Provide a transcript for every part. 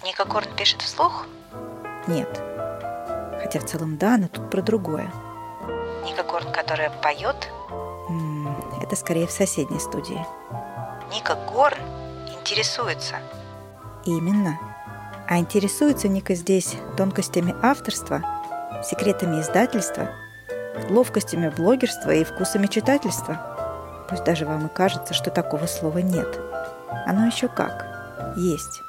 Ника Горн пишет вслух? Нет. Хотя в целом да, но тут про другое. Ника Горн, которая поет? Это скорее в соседней студии. Ника Горн интересуется. Именно. А интересуется Ника здесь тонкостями авторства, секретами издательства, ловкостями блогерства и вкусами читательства. Пусть даже вам и кажется, что такого слова нет. Оно еще как. Есть.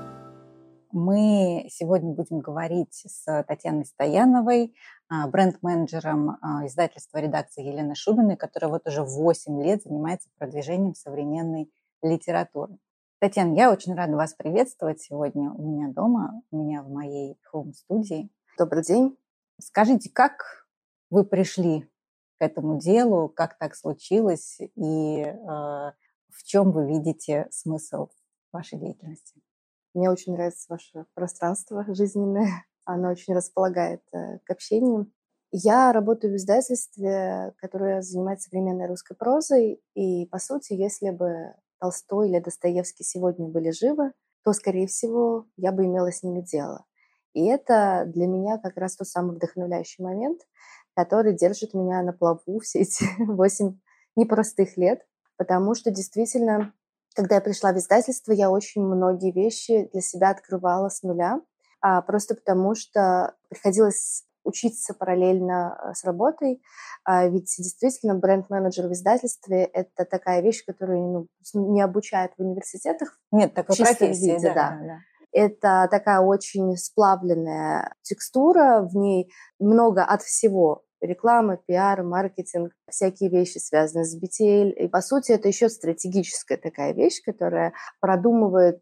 Мы сегодня будем говорить с Татьяной Стояновой, бренд-менеджером издательства редакции Елены Шубиной, которая вот уже 8 лет занимается продвижением современной литературы. Татьяна, я очень рада вас приветствовать сегодня у меня дома, у меня в моей хоум-студии. Добрый день. Скажите, как вы пришли к этому делу, как так случилось и в чем вы видите смысл вашей деятельности? Мне очень нравится ваше пространство жизненное. Оно очень располагает к общению. Я работаю в издательстве, которое занимается современной русской прозой. И, по сути, если бы Толстой или Достоевский сегодня были живы, то, скорее всего, я бы имела с ними дело. И это для меня как раз тот самый вдохновляющий момент, который держит меня на плаву все эти 8 непростых лет. Потому что действительно, когда я пришла в издательство, я очень многие вещи для себя открывала с нуля, просто потому что приходилось учиться параллельно с работой. Ведь действительно бренд-менеджер в издательстве – это такая вещь, которую не обучают в университетах. Нет такой профессии, виде, да. Это такая очень сплавленная текстура, в ней много от всего. Реклама, пиар, маркетинг, всякие вещи, связанные с BTL. И, по сути, это еще стратегическая такая вещь, которая продумывает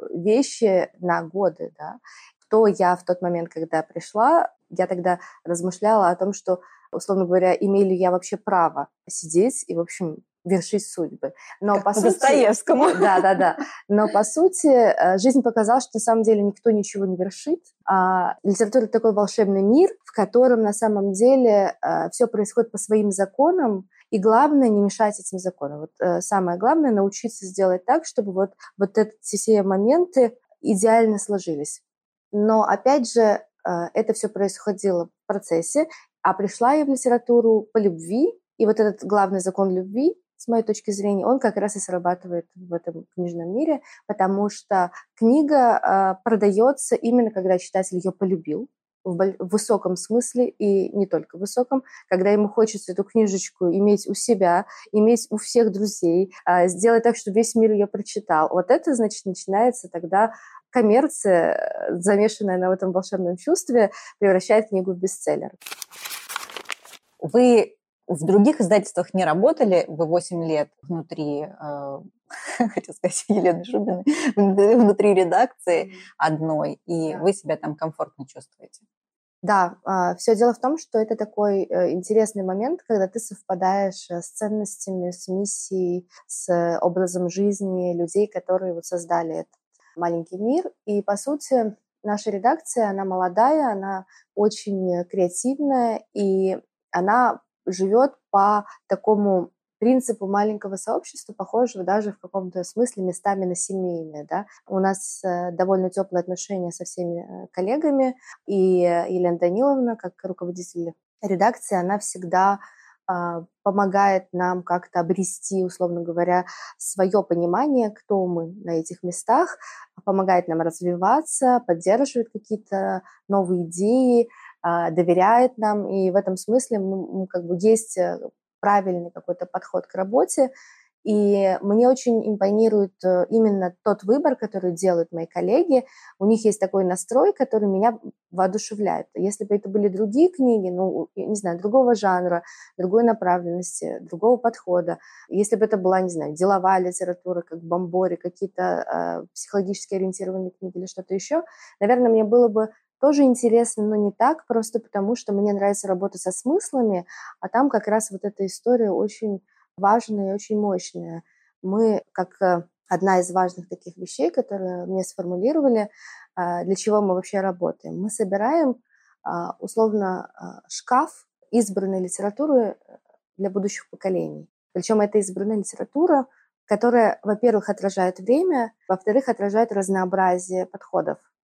вещи на годы. Да. Кто я в тот момент, когда пришла, я тогда размышляла о том, что, условно говоря, имею ли я вообще право сидеть и, в общем, вершить судьбы. Но по Достоевскому. Да. Но по сути жизнь показала, что на самом деле никто ничего не вершит. Литература – это такой волшебный мир, в котором на самом деле все происходит по своим законам, и главное не мешать этим законам. Вот самое главное – научиться сделать так, чтобы вот эти все моменты идеально сложились. Но опять же, это все происходило в процессе, а пришла я в литературу по любви, и вот этот главный закон любви, с моей точки зрения, он как раз и срабатывает в этом книжном мире, потому что книга продается именно когда читатель ее полюбил, в высоком смысле и не только в высоком, когда ему хочется эту книжечку иметь у себя, иметь у всех друзей, сделать так, чтобы весь мир ее прочитал. Вот это, значит, начинается тогда коммерция, замешанная на этом волшебном чувстве, превращает книгу в бестселлер. Вы в других издательствах не работали, вы 8 лет внутри, хотел сказать, Елены Шубиной, внутри редакции одной, и вы себя там комфортно чувствуете? Да, все дело в том, что это такой интересный момент, когда ты совпадаешь с ценностями, с миссией, с образом жизни людей, которые вот создали этот маленький мир. И, по сути, наша редакция, она молодая, она очень креативная, и она живет по такому принципу маленького сообщества, похожего даже в каком-то смысле местами на семейное. Да? У нас довольно теплые отношения со всеми коллегами, и Елена Даниловна, как руководитель редакции, она всегда помогает нам как-то обрести, условно говоря, свое понимание, кто мы на этих местах, помогает нам развиваться, поддерживает какие-то новые идеи, доверяет нам, и в этом смысле как бы есть правильный какой-то подход к работе. И мне очень импонирует именно тот выбор, который делают мои коллеги. У них есть такой настрой, который меня воодушевляет. Если бы это были другие книги, не знаю, другого жанра, другой направленности, другого подхода, если бы это была, не знаю, деловая литература, как Бомбори, какие-то психологически ориентированные книги или что-то еще, наверное, мне было бы тоже интересно, но не так, просто потому что мне нравится работать со смыслами, а там как раз вот эта история очень важная и очень мощная. Мы, как одна из важных таких вещей, которые мне сформулировали, для чего мы вообще работаем, мы собираем условно шкаф избранной литературы для будущих поколений. Причем это избранная литература, которая, во-первых, отражает время, во-вторых, отражает разнообразие подходов.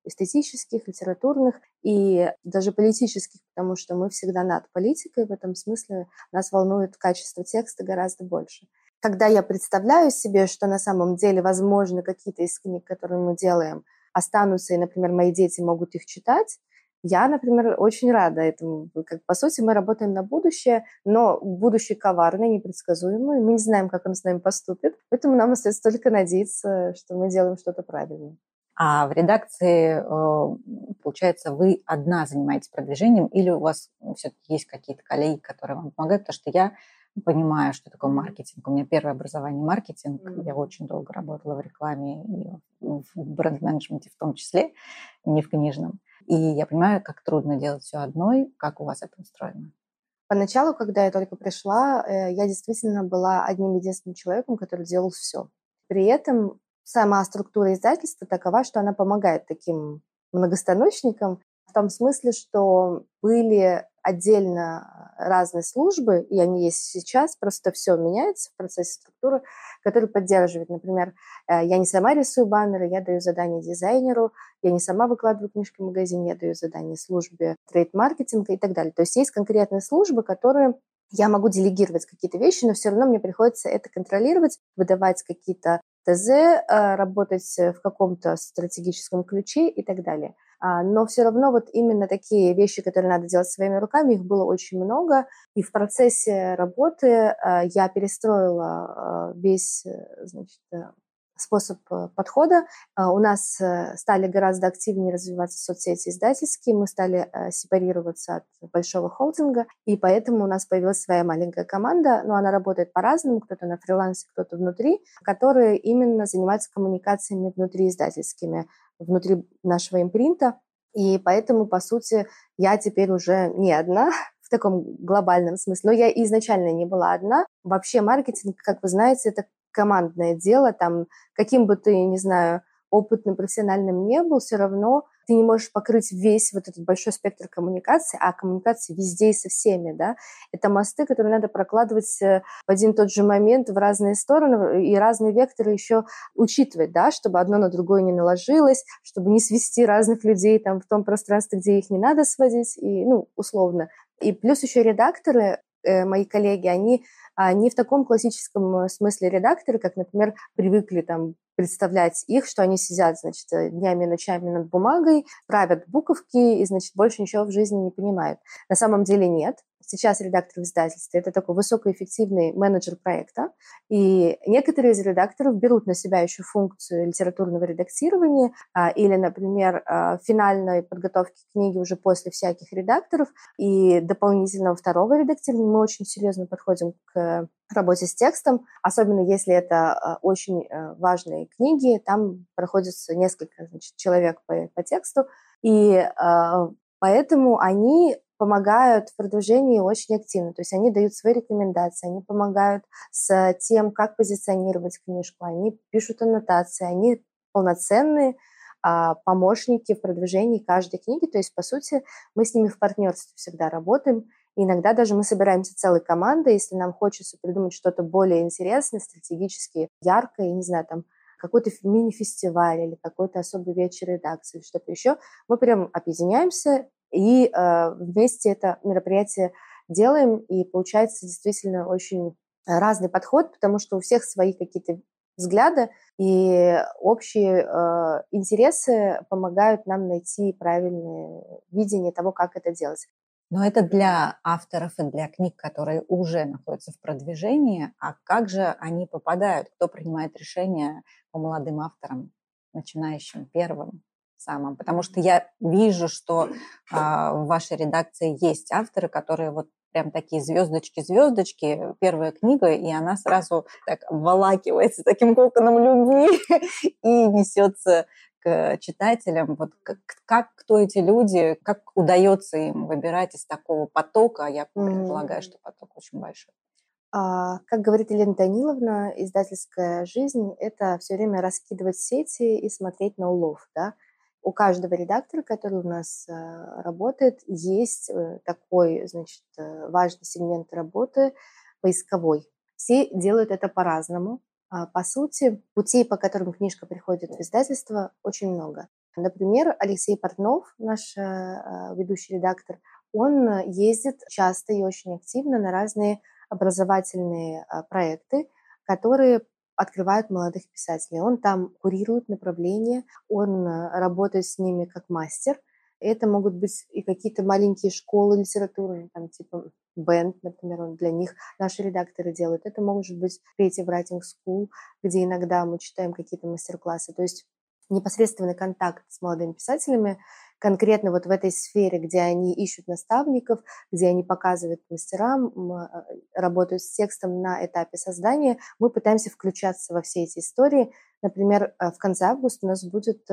эстетических, литературных и даже политических, потому что мы всегда над политикой, в этом смысле нас волнует качество текста гораздо больше. Когда я представляю себе, что на самом деле, возможно, какие-то из книг, которые мы делаем, останутся, и, например, мои дети могут их читать, я, например, очень рада этому. По сути, мы работаем на будущее, но будущее коварное, непредсказуемое. Мы не знаем, как он с нами поступит. Поэтому нам остается только надеяться, что мы делаем что-то правильное. А в редакции, получается, вы одна занимаетесь продвижением или у вас все-таки есть какие-то коллеги, которые вам помогают? Потому что я понимаю, что такое маркетинг. У меня первое образование маркетинг. Я очень долго работала в рекламе и в бренд-менеджменте в том числе, не в книжном. И я понимаю, как трудно делать все одной. Как у вас это устроено? Поначалу, когда я только пришла, я действительно была одним единственным человеком, который делал все. При этом сама структура издательства такова, что она помогает таким многостаночникам в том смысле, что были отдельно разные службы, и они есть сейчас, просто все меняется в процессе структуры, которые поддерживают. Например, я не сама рисую баннеры, я даю задание дизайнеру, я не сама выкладываю книжки в магазин, я даю задание службе трейд-маркетинга и так далее. То есть есть конкретные службы, которые я могу делегировать какие-то вещи, но все равно мне приходится это контролировать, выдавать какие-то ТЗ, работать в каком-то стратегическом ключе и так далее. Но все равно вот именно такие вещи, которые надо делать своими руками, их было очень много. И в процессе работы я перестроила весь, значит, способ подхода. У нас стали гораздо активнее развиваться соцсети издательские, мы стали сепарироваться от большого холдинга, и поэтому у нас появилась своя маленькая команда, но она работает по-разному, кто-то на фрилансе, кто-то внутри, которые именно занимаются коммуникациями внутри издательскими, внутри нашего импринта, и поэтому, по сути, я теперь уже не одна, в таком глобальном смысле. Но я изначально не была одна. Вообще маркетинг, как вы знаете, это командное дело. Там, каким бы ты, не знаю, опытным, профессиональным не был, все равно ты не можешь покрыть весь вот этот большой спектр коммуникаций, а коммуникации везде и со всеми, да. Это мосты, которые надо прокладывать в один и тот же момент в разные стороны и разные векторы еще учитывать, да, чтобы одно на другое не наложилось, чтобы не свести разных людей там в том пространстве, где их не надо сводить, и, ну, условно. И плюс еще редакторы, мои коллеги, они не в таком классическом смысле редакторы, как, например, привыкли там представлять их, что они сидят, значит, днями и ночами над бумагой, правят буковки и, значит, больше ничего в жизни не понимают. На самом деле нет. Сейчас редактор в издательстве – это такой высокоэффективный менеджер проекта, и некоторые из редакторов берут на себя еще функцию литературного редактирования или, например, финальной подготовки книги уже после всяких редакторов и дополнительного второго редактирования. Мы очень серьезно подходим к работе с текстом, особенно если это очень важные книги, там проходится несколько, значит, человек по тексту, и поэтому они помогают в продвижении очень активно, то есть они дают свои рекомендации, они помогают с тем, как позиционировать книжку, они пишут аннотации, они полноценные помощники в продвижении каждой книги, то есть, по сути, мы с ними в партнерстве всегда работаем. И иногда даже мы собираемся целой командой, если нам хочется придумать что-то более интересное, стратегически яркое, я не знаю, там какой-то мини-фестиваль или какой-то особый вечер редакции, что-то еще, мы прям объединяемся и вместе это мероприятие делаем, и получается действительно очень разный подход, потому что у всех свои какие-то взгляды, и общие интересы помогают нам найти правильное видение того, как это делать. Но это для авторов и для книг, которые уже находятся в продвижении. А как же они попадают? Кто принимает решения по молодым авторам, начинающим, первым, самым? Потому что я вижу, что в вашей редакции есть авторы, которые вот прям такие звездочки, первая книга, и она сразу так обволакивается таким коконом любви и несется к читателям. Вот кто эти люди, как удается им выбирать из такого потока? Я предполагаю, что поток очень большой. Как говорит Елена Даниловна, издательская жизнь – это все время раскидывать сети и смотреть на улов, да. У каждого редактора, который у нас работает, есть такой, значит, важный сегмент работы поисковой. Все делают это по-разному. По сути, путей, по которым книжка приходит в издательство, очень много. Например, Алексей Портнов, наш ведущий редактор, он ездит часто и очень активно на разные образовательные проекты, которые открывают молодых писателей. Он там курирует направление, он работает с ними как мастер. Это могут быть и какие-то маленькие школы литературы, там типа Бенд, например, он для них наши редакторы делают. Это может быть Creative Writing School, где иногда мы читаем какие-то мастер-классы. То есть непосредственный контакт с молодыми писателями конкретно вот в этой сфере, где они ищут наставников, где они показывают мастерам, работают с текстом на этапе создания, мы пытаемся включаться во все эти истории. Например, в конце августа у нас будет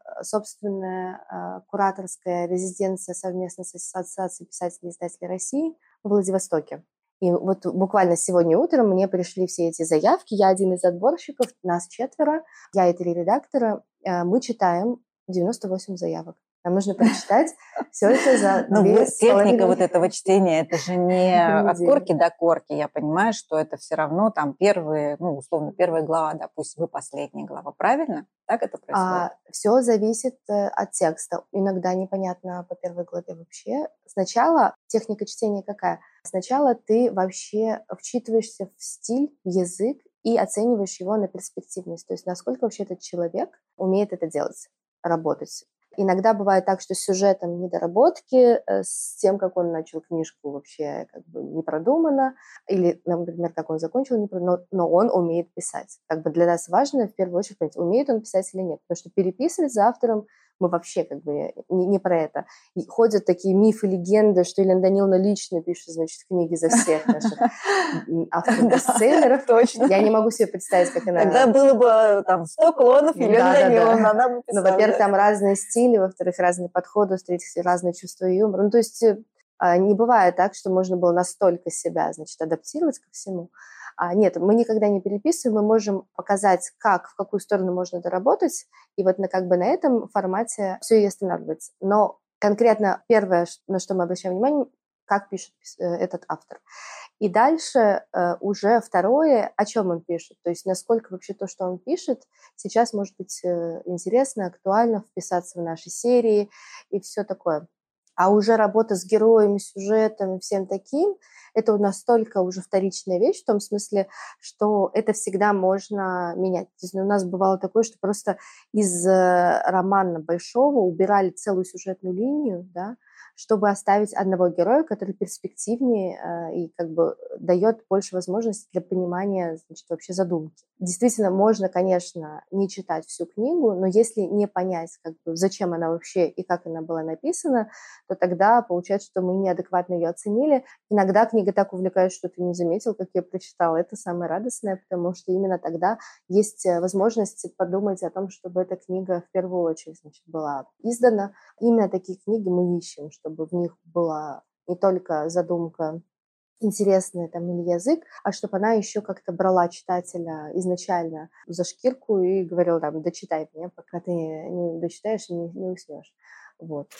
собственная кураторская резиденция совместно с Ассоциацией писателей и издателей России в Владивостоке. И вот буквально сегодня утром мне пришли все эти заявки. Я один из отборщиков, нас 4, я и 3 редактора. Мы читаем 98 заявок. Нам нужно прочитать все это за 2,5 техника вот этого чтения, это же не от недели. корки до корки. Я понимаю, что это все равно там первые, условно, первая глава, допустим, вы последняя глава. Правильно? Так это происходит? Все зависит от текста. Иногда непонятно по первой главе вообще. Сначала техника чтения какая? Сначала ты вообще вчитываешься в стиль, в язык и оцениваешь его на перспективность. То есть насколько вообще этот человек умеет это делать, работать. Иногда бывает так, что с сюжетом недоработки, с тем, как он начал книжку, вообще как бы не продумано, или, например, как он закончил, не продумано, но он умеет писать. Как бы для нас важно в первую очередь понять, умеет он писать или нет, потому что переписывать за автором мы вообще как бы не про это. И ходят такие мифы, легенды, что Елена Даниловна лично пишет, значит, книги за всех наших авторов бестселлеров. Точно. Я не могу себе представить, как она... Тогда было бы там 100 клонов Елены Даниловны, она бы писала. Во-первых, там разные стили, во-вторых, разные подходы, в-третьих, разные чувства юмора. То есть не бывает так, что можно было настолько себя, значит, адаптировать ко всему. Нет, мы никогда не переписываем, мы можем показать, в какую сторону можно доработать, и вот на этом формате все и останавливается. Но конкретно первое, на что мы обращаем внимание, как пишет этот автор. И дальше уже второе, о чем он пишет, то есть насколько вообще то, что он пишет, сейчас может быть интересно, актуально, вписаться в наши серии и все такое. А уже работа с героями, сюжетом, всем таким, это настолько уже вторичная вещь, в том смысле, что это всегда можно менять. То есть у нас бывало такое, что просто из романа большого убирали целую сюжетную линию, да, чтобы оставить одного героя, который перспективнее и как бы дает больше возможностей для понимания, значит, вообще задумки. Действительно, можно, конечно, не читать всю книгу, но если не понять, как бы, зачем она вообще и как она была написана, то тогда получается, что мы неадекватно ее оценили. Иногда книга так увлекает, что ты не заметил, как я прочитала. Это самое радостное, потому что именно тогда есть возможность подумать о том, чтобы эта книга в первую очередь, значит, была издана. Именно такие книги мы ищем, чтобы в них была не только задумка интересная там или язык, а чтобы она еще как-то брала читателя изначально за шкирку и говорила там: дочитай меня, пока ты не дочитаешь и не уснешь. Вот.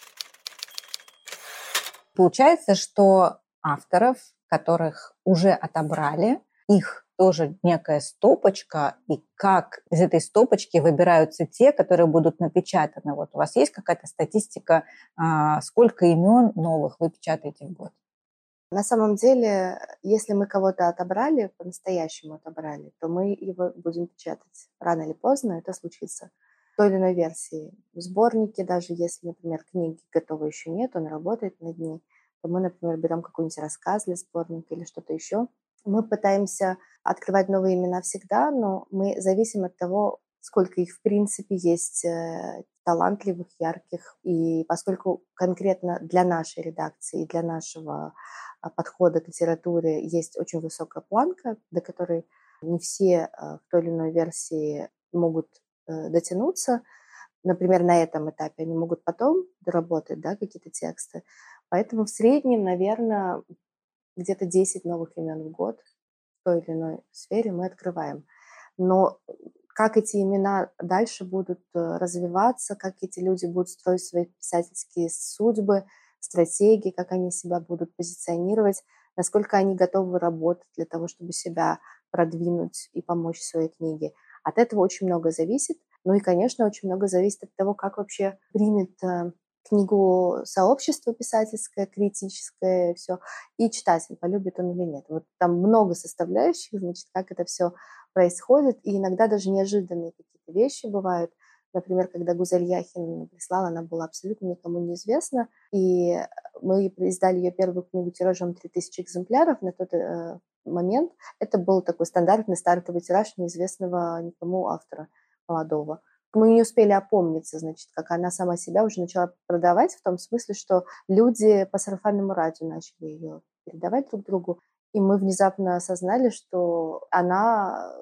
Получается, что авторов, которых уже отобрали, их тоже некая стопочка, и как из этой стопочки выбираются те, которые будут напечатаны. Вот у вас есть какая-то статистика, сколько имен новых вы печатаете в год? На самом деле, если мы кого-то отобрали, по-настоящему отобрали, то мы его будем печатать. Рано или поздно это случится. В той или иной версии. В сборнике, даже если, например, книги готовой еще нет, он работает над ней, то мы, например, берем какой-нибудь рассказ для сборника или что-то еще. Мы пытаемся открывать новые имена всегда, но мы зависим от того, сколько их в принципе есть талантливых, ярких. И поскольку конкретно для нашей редакции и для нашего подхода к литературе есть очень высокая планка, до которой не все в той или иной версии могут дотянуться. Например, на этом этапе они могут потом доработать, да, какие-то тексты. Поэтому в среднем, наверное, где-то 10 новых имен в год в той или иной сфере мы открываем. Но как эти имена дальше будут развиваться, как эти люди будут строить свои писательские судьбы, стратегии, как они себя будут позиционировать, насколько они готовы работать для того, чтобы себя продвинуть и помочь своей книге. От этого очень много зависит. Ну и, конечно, очень много зависит от того, как вообще примет книгу сообщество писательское, критическое, все, и читатель, полюбит он или нет. Вот там много составляющих, значит, как это все происходит, и иногда даже неожиданные какие-то вещи бывают. Например, когда Гузель Яхин прислала, она была абсолютно никому неизвестна, и мы издали ее первую книгу тиражом 3000 экземпляров на тот момент. Это был такой стандартный стартовый тираж неизвестного никому автора молодого. Мы не успели опомниться, значит, как она сама себя уже начала продавать, в том смысле, что люди по сарафанному радио начали ее передавать друг другу, и мы внезапно осознали, что она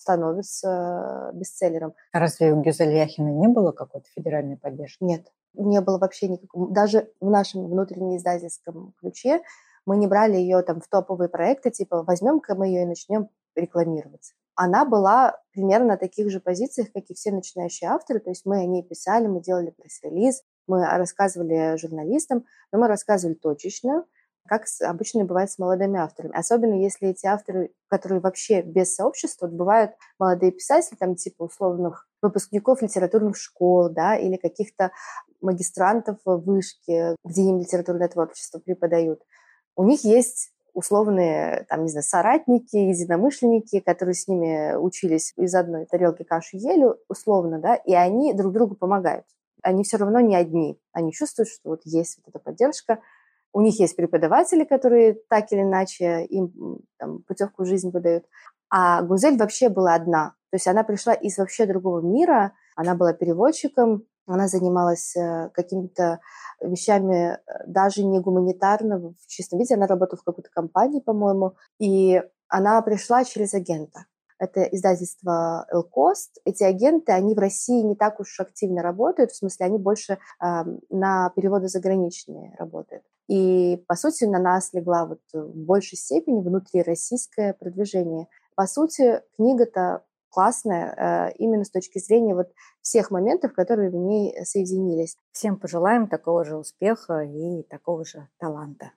становится бестселлером. А разве у Гюзель Яхиной не было какой-то федеральной поддержки? Нет, не было вообще никакого. Даже в нашем внутреннеиздательском ключе мы не брали ее там в топовые проекты, типа возьмем-ка мы ее и начнем рекламировать. Она была примерно на таких же позициях, как и все начинающие авторы, то есть мы о ней писали, мы делали пресс-релиз, мы рассказывали журналистам, но мы рассказывали точечно, как обычно бывает с молодыми авторами. Особенно если эти авторы, которые вообще без сообщества, вот бывают молодые писатели, там типа условных выпускников литературных школ, да, или каких-то магистрантов в вышке, где им литературное творчество преподают. У них есть условные, там, не знаю, соратники, единомышленники, которые с ними учились из одной тарелки каши ели, условно, да, и они друг другу помогают. Они все равно не одни. Они чувствуют, что вот есть вот эта поддержка. У них есть преподаватели, которые так или иначе им там, путевку в жизнь выдают. А Гузель вообще была одна. То есть она пришла из вообще другого мира. Она была переводчиком, она занималась какими-то вещами даже не гуманитарного в чистом виде. Она работала в какой-то компании, по-моему. И она пришла через агента. Это издательство «Элкост». Эти агенты, они в России не так уж активно работают, в смысле, они больше на переводы заграничные работают. И, по сути, на нас легла вот в большей степени внутрироссийское продвижение. По сути, книга-то классная именно с точки зрения вот всех моментов, которые в ней соединились. Всем пожелаем такого же успеха и такого же таланта.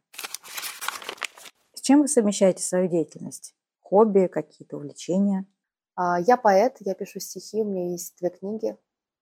С чем вы совмещаете свою деятельность? Хобби, какие-то увлечения? Я поэт, я пишу стихи, у меня есть 2 книги.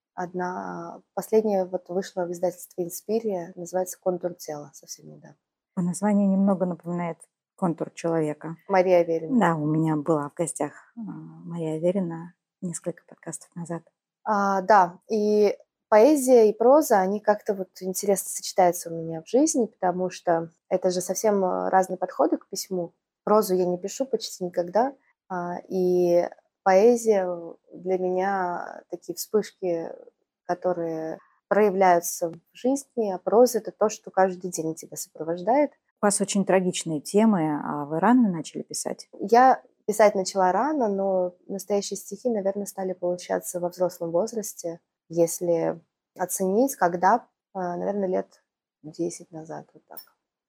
Одна, последняя вот вышла в издательстве «Инспирия», называется «Контур тела», совсем недавно. По названию немного напоминает контур человека. Мария Аверина. Да, у меня была в гостях Мария Аверина несколько подкастов назад. Да, и поэзия и проза, они как-то вот интересно сочетаются у меня в жизни, потому что это же совсем разные подходы к письму. Прозу я не пишу почти никогда, и поэзия для меня такие вспышки, которые проявляются в жизни, а проза — это то, что каждый день тебя сопровождает. У вас очень трагичные темы, а вы рано начали писать? Я писать начала рано, но настоящие стихи, наверное, стали получаться во взрослом возрасте, если оценить, когда, наверное, лет 10 назад, вот так.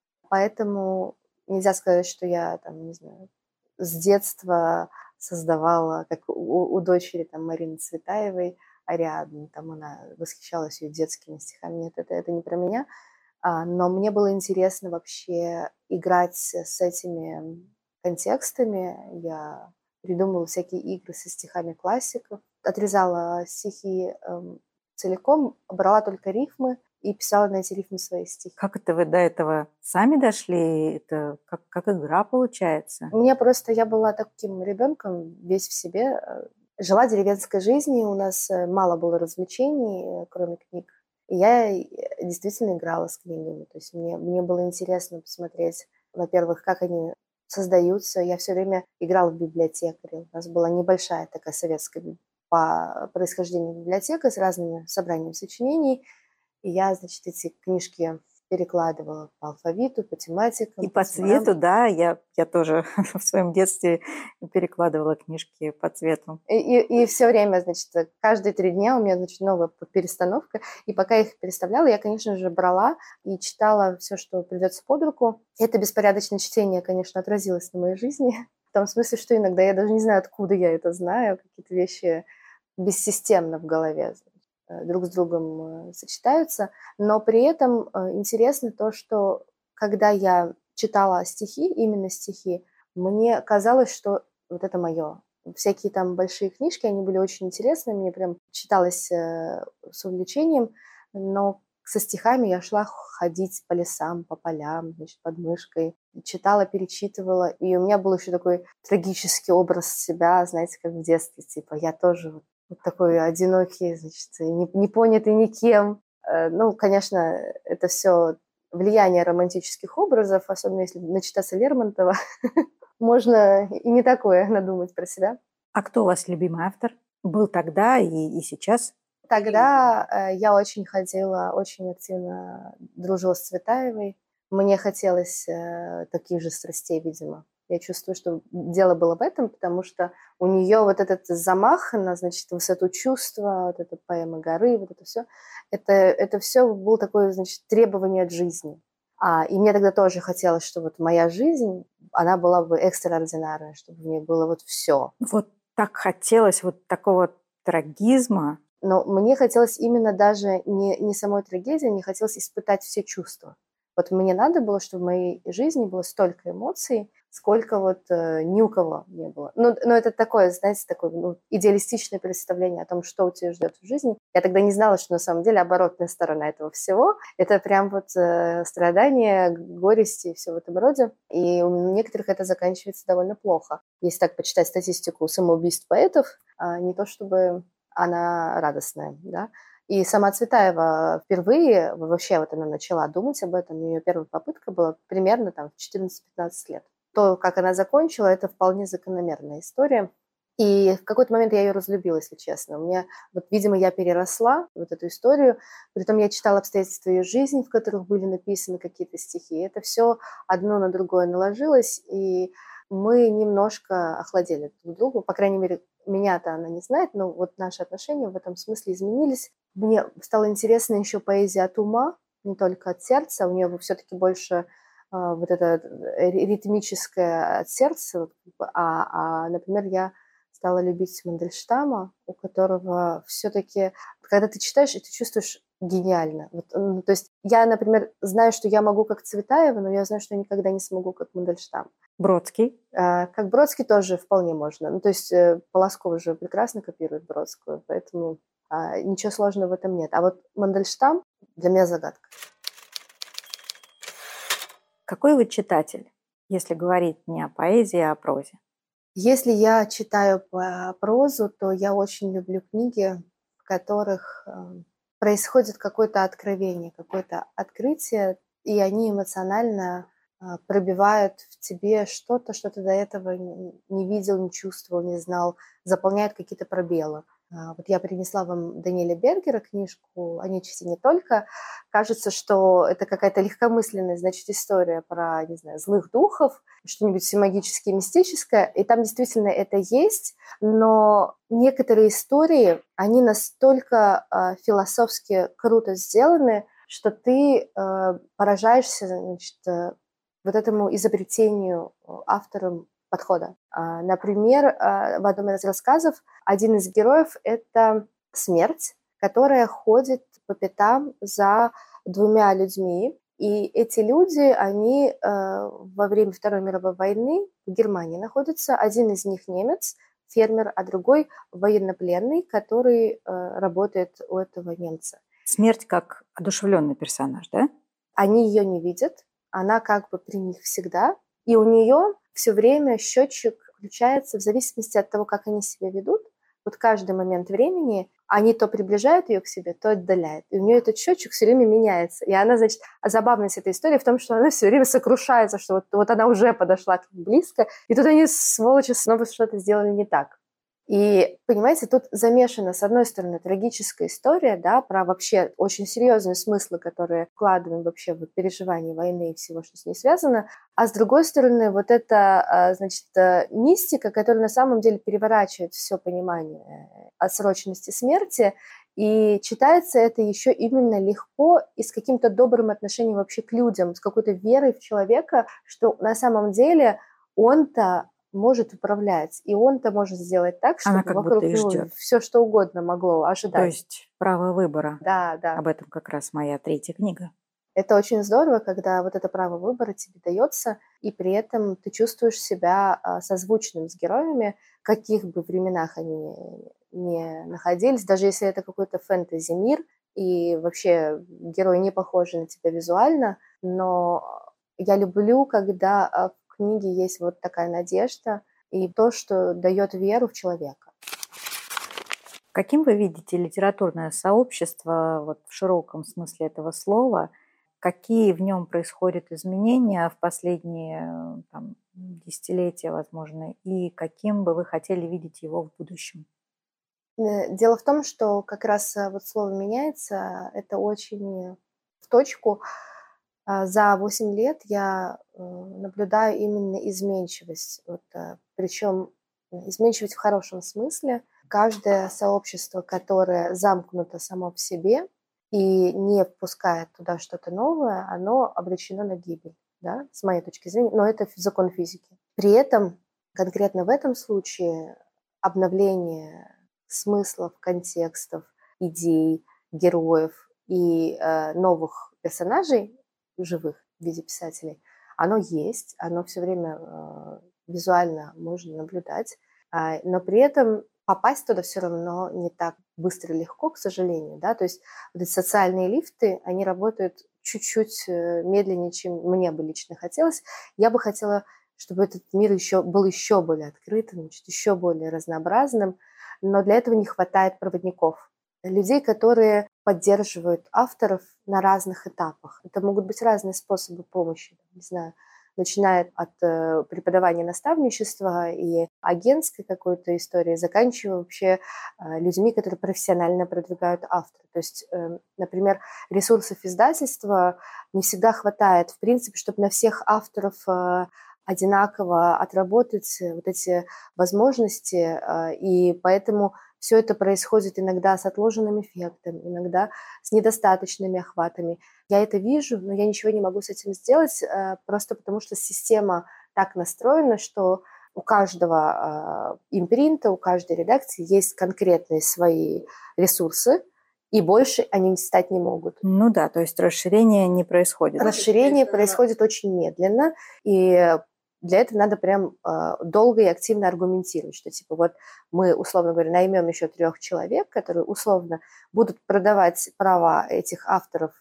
Поэтому нельзя сказать, что я, там, не знаю, с детства создавала, как у дочери там, Марины Цветаевой, Ариадны, там она восхищалась ее детскими стихами. Нет, это не про меня. Но мне было интересно вообще играть с этими контекстами. Я придумывала всякие игры со стихами классиков, отрезала стихи целиком, брала только рифмы и писала на эти рифмы свои стихи. Как это вы до этого сами дошли? Это как игра получается? Я была таким ребенком, весь в себе. Жила деревенской жизнью, у нас мало было развлечений, кроме книг. И я действительно играла с книгами. То есть мне было интересно посмотреть, во-первых, как они создаются. Я все время играла в библиотекаре. У нас была небольшая такая советская по происхождению библиотека с разными собраниями сочинений. И я, значит, эти книжки перекладывала по алфавиту, по тематикам. И по цвету, да, я тоже в своем детстве перекладывала книжки по цвету. И все время, значит, каждые 3 дня у меня, значит, новая перестановка. И пока я их переставляла, я, конечно же, брала и читала все, что придется под руку. И это беспорядочное чтение, конечно, отразилось на моей жизни. В том смысле, что иногда я даже не знаю, откуда я это знаю. Какие-то вещи бессистемно в голове друг с другом сочетаются. Но при этом интересно то, что когда я читала стихи, именно стихи, мне казалось, что вот это мое. всякие там большие книжки, они были очень интересны, мне прям читалось с увлечением, но со стихами я шла ходить по лесам, по полям, значит, под мышкой, читала, перечитывала, и у меня был еще такой трагический образ себя, знаете, как в детстве, типа я тоже вот такой одинокий, значит, не понятый никем. Ну, конечно, это все влияние романтических образов, особенно если начитаться Лермонтова, можно и не такое надумать про себя. А кто у вас любимый автор? Был тогда и сейчас? Тогда я очень ходила, очень активно дружила с Цветаевой. Мне хотелось таких же страстей, видимо. Я чувствую, что дело было в этом, потому что у нее вот этот замах на, значит, высоту чувства, вот эта поэма горы, вот это все было такое, значит, требование от жизни. И мне тогда тоже хотелось, что вот моя жизнь, она была бы экстраординарная, чтобы в ней было вот все. Вот так хотелось вот такого трагизма. Но мне хотелось именно даже не самой трагедии, мне хотелось испытать все чувства. Вот мне надо было, чтобы в моей жизни было столько эмоций, сколько вот ни у кого не было. Но это такое, знаете, такое идеалистичное представление о том, что у тебя ждет в жизни. Я тогда не знала, что на самом деле оборотная сторона этого всего. Это прям вот страдания, горести и все в этом роде. И у некоторых это заканчивается довольно плохо. Если так почитать статистику самоубийств поэтов, не то чтобы она радостная, да. И сама Цветаева впервые вообще вот она начала думать об этом, ее первая попытка была примерно там в 14-15 лет. То, как она закончила, это вполне закономерная история. И в какой-то момент я ее разлюбила, если честно. У меня, вот, видимо, я переросла вот эту историю. Притом я читала обстоятельства ее жизни, в которых были написаны какие-то стихи. И это все одно на другое наложилось, и мы немножко охладели друг к другу. По крайней мере, меня-то она не знает, но вот наши отношения в этом смысле изменились. Мне стало интересно еще поэзия от ума, не только от сердца. У нее все-таки больше вот это ритмическое от сердца. Например, я стала любить Мандельштама, у которого все-таки, когда ты читаешь, и ты чувствуешь гениально. Вот, то есть я, например, знаю, что я могу как Цветаева, но я знаю, что я никогда не смогу как Мандельштам. Бродский? Как Бродский тоже вполне можно. То есть Полосков же прекрасно копирует Бродскую, поэтому ничего сложного в этом нет. А вот Мандельштам для меня загадка. Какой вы читатель, если говорить не о поэзии, а о прозе? Если я читаю прозу, то я очень люблю книги, в которых происходит какое-то откровение, какое-то открытие, и они эмоционально пробивают в тебе что-то, что ты до этого не видел, не чувствовал, не знал, заполняют какие-то пробелы. Вот я принесла вам Даниэля Бергера книжку «О нечисти не только». Кажется, что это какая-то легкомысленная, значит, история про, не знаю, злых духов, что-нибудь всемагическое, мистическое. И там действительно это есть, но некоторые истории, они настолько философски круто сделаны, что ты поражаешься, значит, вот этому изобретению автором подхода. Например, в одном из рассказов один из героев – это смерть, которая ходит по пятам за двумя людьми. И эти люди, они во время Второй мировой войны в Германии находятся. Один из них немец, фермер, а другой военнопленный, который работает у этого немца. Смерть как одушевленный персонаж, да? Они ее не видят, она как бы при них всегда, и у нее все время счетчик включается в зависимости от того, как они себя ведут. Вот каждый момент времени они то приближают ее к себе, то отдаляют. И у нее этот счетчик все время меняется. И она, значит, забавность этой истории в том, что она все время сокрушается, что вот она уже подошла к ним близко, и тут они, сволочи, снова что-то сделали не так. И, понимаете, тут замешана, с одной стороны, трагическая история, да, про вообще очень серьезные смыслы, которые вкладываем вообще в переживание войны и всего, что с ней связано, а с другой стороны, вот эта, значит, мистика, которая на самом деле переворачивает все понимание отсроченности смерти, и читается это еще именно легко и с каким-то добрым отношением вообще к людям, с какой-то верой в человека, что на самом деле он-то может управлять, и он-то может сделать так, чтобы вокруг него все что угодно могло ожидать. То есть право выбора. Да. Об этом как раз моя 3-я книга. Это очень здорово, когда вот это право выбора тебе дается, и при этом ты чувствуешь себя созвучным с героями, в каких бы временах они не находились, даже если это какой-то фэнтези-мир, и вообще герои не похожи на тебя визуально, но я люблю, когда в книге есть вот такая надежда и то, что дает веру в человека. Каким вы видите литературное сообщество вот, в широком смысле этого слова? Какие в нем происходят изменения в последние там, десятилетия, возможно, и каким бы вы хотели видеть его в будущем? Дело в том, что как раз вот слово «меняется» — это очень в точку. За 8 лет я наблюдаю именно изменчивость, причем изменчивость в хорошем смысле. Каждое сообщество, которое замкнуто само в себе и не впускает туда что-то новое, оно обречено на гибель, да, с моей точки зрения, но это закон физики. При этом конкретно в этом случае обновление смыслов, контекстов, идей, героев и новых персонажей живых в виде писателей, оно есть, оно все время визуально можно наблюдать, но при этом попасть туда все равно не так быстро и легко, к сожалению, да, то есть вот эти социальные лифты, они работают чуть-чуть медленнее, чем мне бы лично хотелось. Я бы хотела, чтобы этот мир был еще более открытым, еще более разнообразным, но для этого не хватает проводников, людей, которые поддерживают авторов на разных этапах. Это могут быть разные способы помощи, не знаю, начиная от преподавания наставничества и агентской какой-то истории, заканчивая вообще людьми, которые профессионально продвигают автора. То есть, например, ресурсов издательства не всегда хватает, в принципе, чтобы на всех авторов одинаково отработать вот эти возможности, и поэтому все это происходит иногда с отложенным эффектом, иногда с недостаточными охватами. Я это вижу, но я ничего не могу с этим сделать, просто потому что система так настроена, что у каждого импринта, у каждой редакции есть конкретные свои ресурсы, и больше они стать не могут. Ну да, то есть расширение не происходит. Расширение происходит очень медленно, и для этого надо прям долго и активно аргументировать, что типа вот мы, условно говоря, наймем еще 3 человек, которые условно будут продавать права этих авторов,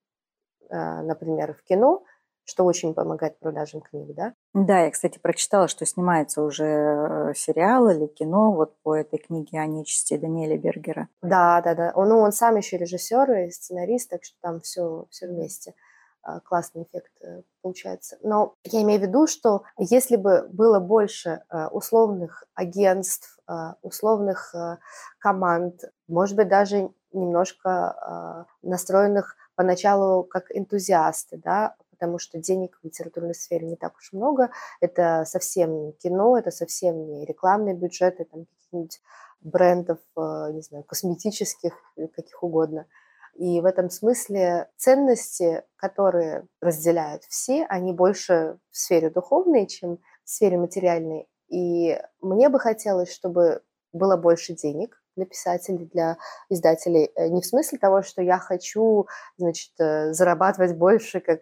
например, в кино, что очень помогает продажам книг, да? Да, я, кстати, прочитала, что снимается уже сериал или кино вот по этой книге о нечисти Даниэля Бергера. Да. Он сам еще режиссер и сценарист, так что там все вместе. Классный эффект получается. Но я имею в виду, что если бы было больше условных агентств, условных команд, может быть, даже немножко настроенных поначалу как энтузиасты, да, потому что денег в литературной сфере не так уж много. Это совсем не кино, это совсем не рекламные бюджеты, там каких-нибудь брендов, не знаю, косметических, каких угодно. И в этом смысле ценности, которые разделяют все, они больше в сфере духовной, чем в сфере материальной. И мне бы хотелось, чтобы было больше денег для писателей, для издателей. Не в смысле того, что я хочу, значит, зарабатывать больше, как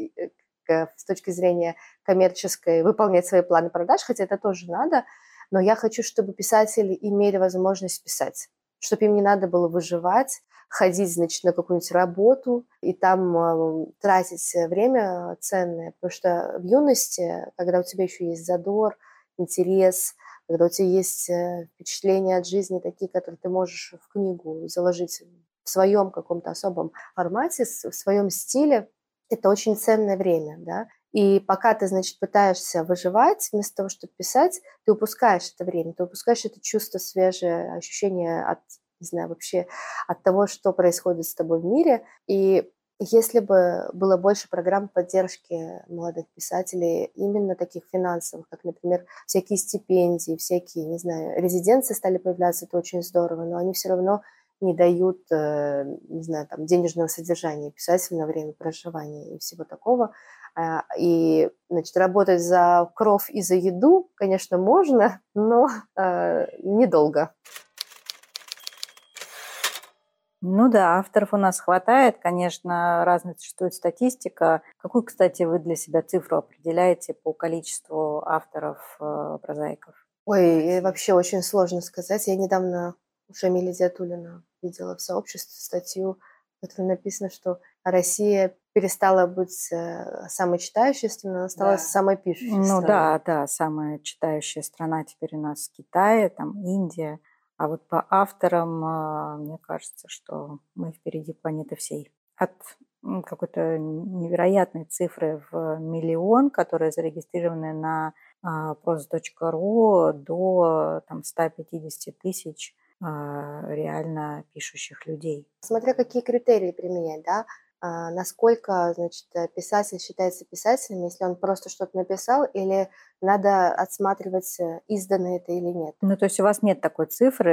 с точки зрения коммерческой, выполнять свои планы продаж, хотя это тоже надо, но я хочу, чтобы писатели имели возможность писать, чтобы им не надо было выживать, ходить, значит, на какую-нибудь работу и там тратить время ценное, потому что в юности, когда у тебя еще есть задор, интерес, когда у тебя есть впечатления от жизни такие, которые ты можешь в книгу заложить в своем каком-то особом формате, в своем стиле, это очень ценное время, да. И пока ты, значит, пытаешься выживать, вместо того, чтобы писать, ты упускаешь это время, ты упускаешь это чувство свежее, ощущение от, не знаю, вообще от того, что происходит с тобой в мире. И если бы было больше программ поддержки молодых писателей, именно таких финансовых, как, например, всякие стипендии, всякие, не знаю, резиденции стали появляться, это очень здорово, но они все равно не дают, не знаю, там, денежного содержания писателя на время проживания и всего такого. И, значит, работать за кров и за еду, конечно, можно, но недолго. Ну да, авторов у нас хватает, конечно, разная существует статистика. Какую, кстати, вы для себя цифру определяете по количеству авторов прозаиков? Ой, вообще очень сложно сказать. Я недавно у Шамиля Зиатуллина видела в сообществе статью, в которой написано, что Россия перестала быть самой читающей страной, она стала самой пишущей Ну страной. да, самая читающая страна теперь у нас Китай, там Индия. А вот по авторам, мне кажется, что мы впереди планеты всей. От какой-то невероятной цифры в миллион, которые зарегистрированы на prose.ru, до там 150 тысяч реально пишущих людей. Смотря какие критерии применять, да, насколько, значит, писатель считается писателем, если он просто что-то написал, или надо отсматривать, издано это или нет. Ну, то есть у вас нет такой цифры,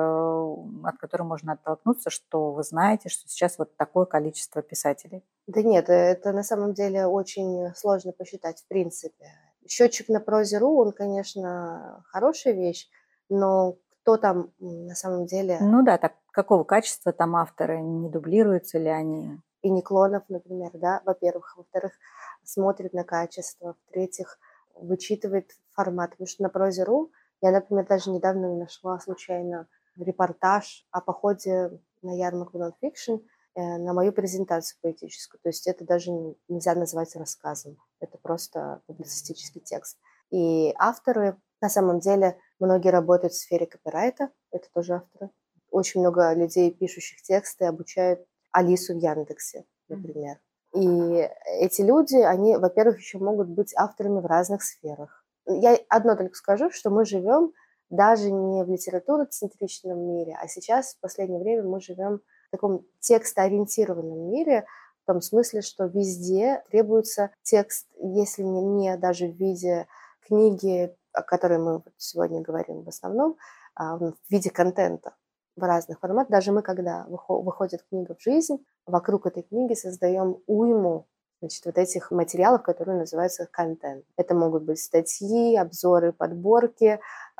от которой можно оттолкнуться, что вы знаете, что сейчас вот такое количество писателей? Да нет, это на самом деле очень сложно посчитать в принципе. Счетчик на Прозе.ру, он, конечно, хорошая вещь, но кто там на самом деле... Ну да, так какого качества там авторы, не дублируются ли они? И Неклонов, например, да, во-первых. Во-вторых, смотрит на качество. В-третьих, вычитывает формат. Потому что на Прозе.ру я, например, даже недавно нашла случайно репортаж о походе на ярмарку нонфикшн на мою презентацию поэтическую. То есть это даже нельзя назвать рассказом. Это просто публицистический текст. И авторы, на самом деле, многие работают в сфере копирайта. Это тоже авторы. Очень много людей, пишущих тексты, обучают Алису в Яндексе, например. И эти люди, они, во-первых, еще могут быть авторами в разных сферах. Я одно только скажу, что мы живем даже не в литературоцентричном мире, а сейчас, в последнее время, мы живем в таком текстоориентированном мире, в том смысле, что везде требуется текст, если не даже в виде книги, о которой мы сегодня говорим в основном, а в виде контента в разных форматах. Даже мы, когда выходит книга в жизнь, вокруг этой книги создаем уйму, значит, вот этих материалов, которые называются контент. Это могут быть статьи, обзоры, подборки,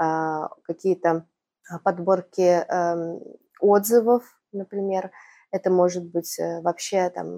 какие-то подборки отзывов, например. Это может быть вообще там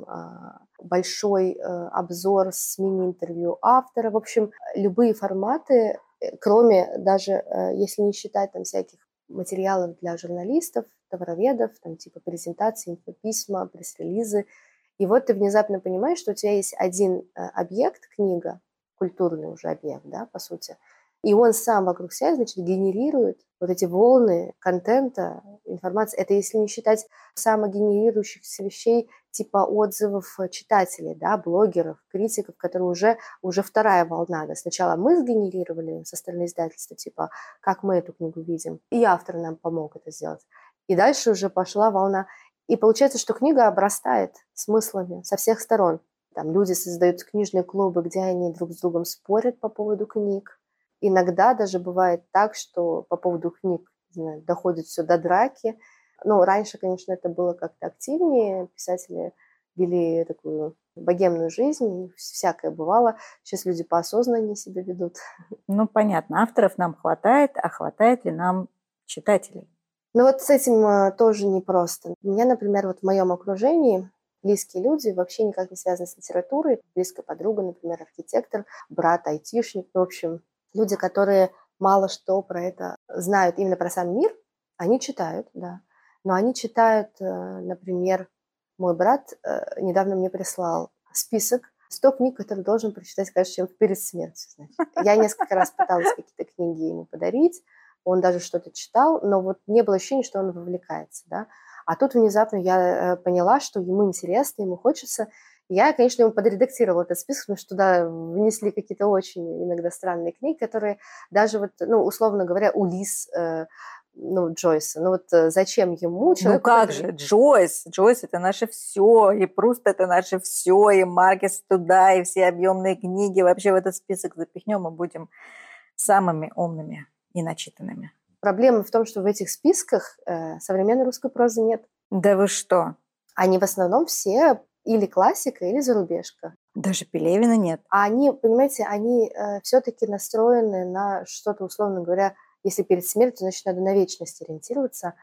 большой обзор с мини-интервью автора. В общем, любые форматы, кроме даже, если не считать там всяких материалов для журналистов, товароведов, там типа презентации, инфописьма, пресс-релизы. И вот ты внезапно понимаешь, что у тебя есть один объект, книга, культурный уже объект, да, по сути, и он сам вокруг себя, значит, генерирует вот эти волны контента, информации. Это если не считать самогенерирующихся вещей типа отзывов читателей, да, блогеров, критиков, которые уже вторая волна. Да. Сначала мы сгенерировали со стороны издательства, типа, как мы эту книгу видим, и автор нам помог это сделать. И дальше уже пошла волна. И получается, что книга обрастает смыслами со всех сторон. Там люди создают книжные клубы, где они друг с другом спорят по поводу книг. Иногда даже бывает так, что по поводу книг, не знаю, доходит все до драки. Ну, раньше, конечно, это было как-то активнее. Писатели вели такую богемную жизнь, всякое бывало. Сейчас люди поосознаннее себя ведут. Ну, понятно, авторов нам хватает, а хватает ли нам читателей? Ну, вот с этим тоже непросто. У меня, например, вот в моем окружении близкие люди вообще никак не связаны с литературой. Близкая подруга, например, архитектор, брат, айтишник. В общем, люди, которые мало что про это знают, именно про сам мир, они читают, да. Но они читают, например, мой брат недавно мне прислал список 100 книг, которые должен прочитать, каждый человек перед смертью. Значит. Я несколько раз пыталась какие-то книги ему подарить, он даже что-то читал, но вот не было ощущения, что он вовлекается, да. А тут внезапно я поняла, что ему интересно, ему хочется. Я, конечно, ему подредактировала этот список, потому что туда внесли какие-то очень иногда странные книги, которые даже вот, ну, условно говоря, Улисс, ну, Джойса. Ну вот зачем ему, человеку... Ну как же, Джойс это наше все, и Пруст это наше все, и Маркес туда, и все объемные книги. Вообще в этот список запихнем и будем самыми умными и начитанными. Проблема в том, что в этих списках современной русской прозы нет. Да вы что? Они в основном все или классика, или зарубежка. Даже Пелевина нет. А они, понимаете, они все-таки настроены на что-то, условно говоря, если перед смертью, значит, надо на вечность ориентироваться.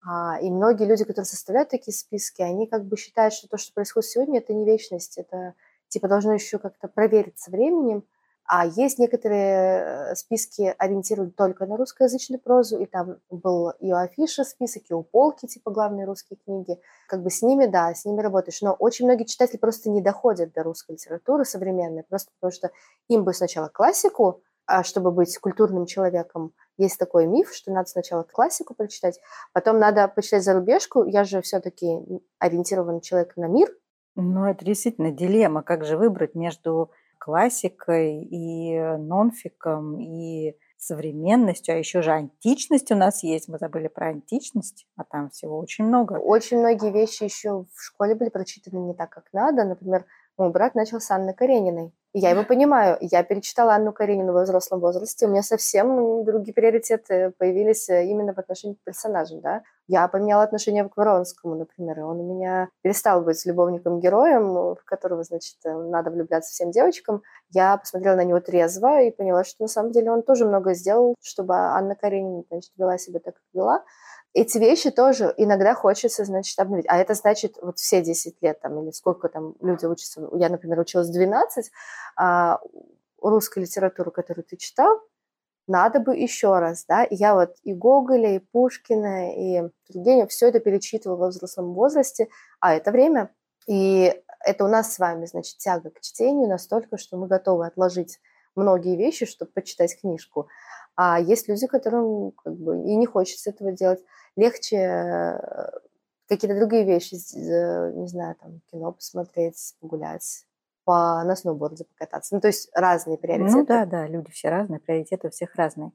И многие люди, которые составляют такие списки, они как бы считают, что то, что происходит сегодня, это не вечность, это типа должно еще как-то провериться временем. А есть некоторые списки, ориентированы только на русскоязычную прозу, и там был и у Афиши список, и у Полки, типа главные русские книги. Как бы с ними, да, с ними работаешь. Но очень многие читатели просто не доходят до русской литературы современной, просто потому что им бы сначала классику, чтобы быть культурным человеком. Есть такой миф, что надо сначала классику прочитать, потом надо почитать зарубежку. Я же все-таки ориентирован человек на мир. Ну, это действительно дилемма. Как же выбрать между классикой и нонфиком, и современностью, а еще же античность у нас есть. Мы забыли про античность, а там всего очень много. Очень многие вещи еще в школе были прочитаны не так, как надо. Например, мой брат начал с Анны Карениной. И я его понимаю. Я перечитала Анну Каренину во взрослом возрасте. У меня совсем другие приоритеты появились именно в отношении к персонажам, да. Я поменяла отношение к Вронскому, например, и он у меня перестал быть любовником-героем, в которого, значит, надо влюбляться всем девочкам. Я посмотрела на него трезво и поняла, что на самом деле он тоже много сделал, чтобы Анна Каренина, значит, вела себя так, как вела. Эти вещи тоже иногда хочется, значит, обновить. А это значит, вот все 10 лет там, или сколько там люди учатся. Я, например, училась 12, русскую литературу, которую ты читал, надо бы еще раз, да. И я вот и Гоголя, и Пушкина, и Тургенева все это перечитывала во взрослом возрасте. Это время. И это у нас с вами, значит, тяга к чтению настолько, что мы готовы отложить многие вещи, чтобы почитать книжку. А есть люди, которым как бы и не хочется этого делать. Легче какие-то другие вещи, не знаю, там, кино посмотреть, погулять, на сноуборде покататься. Ну, то есть разные приоритеты. Ну да, люди все разные, приоритеты у всех разные.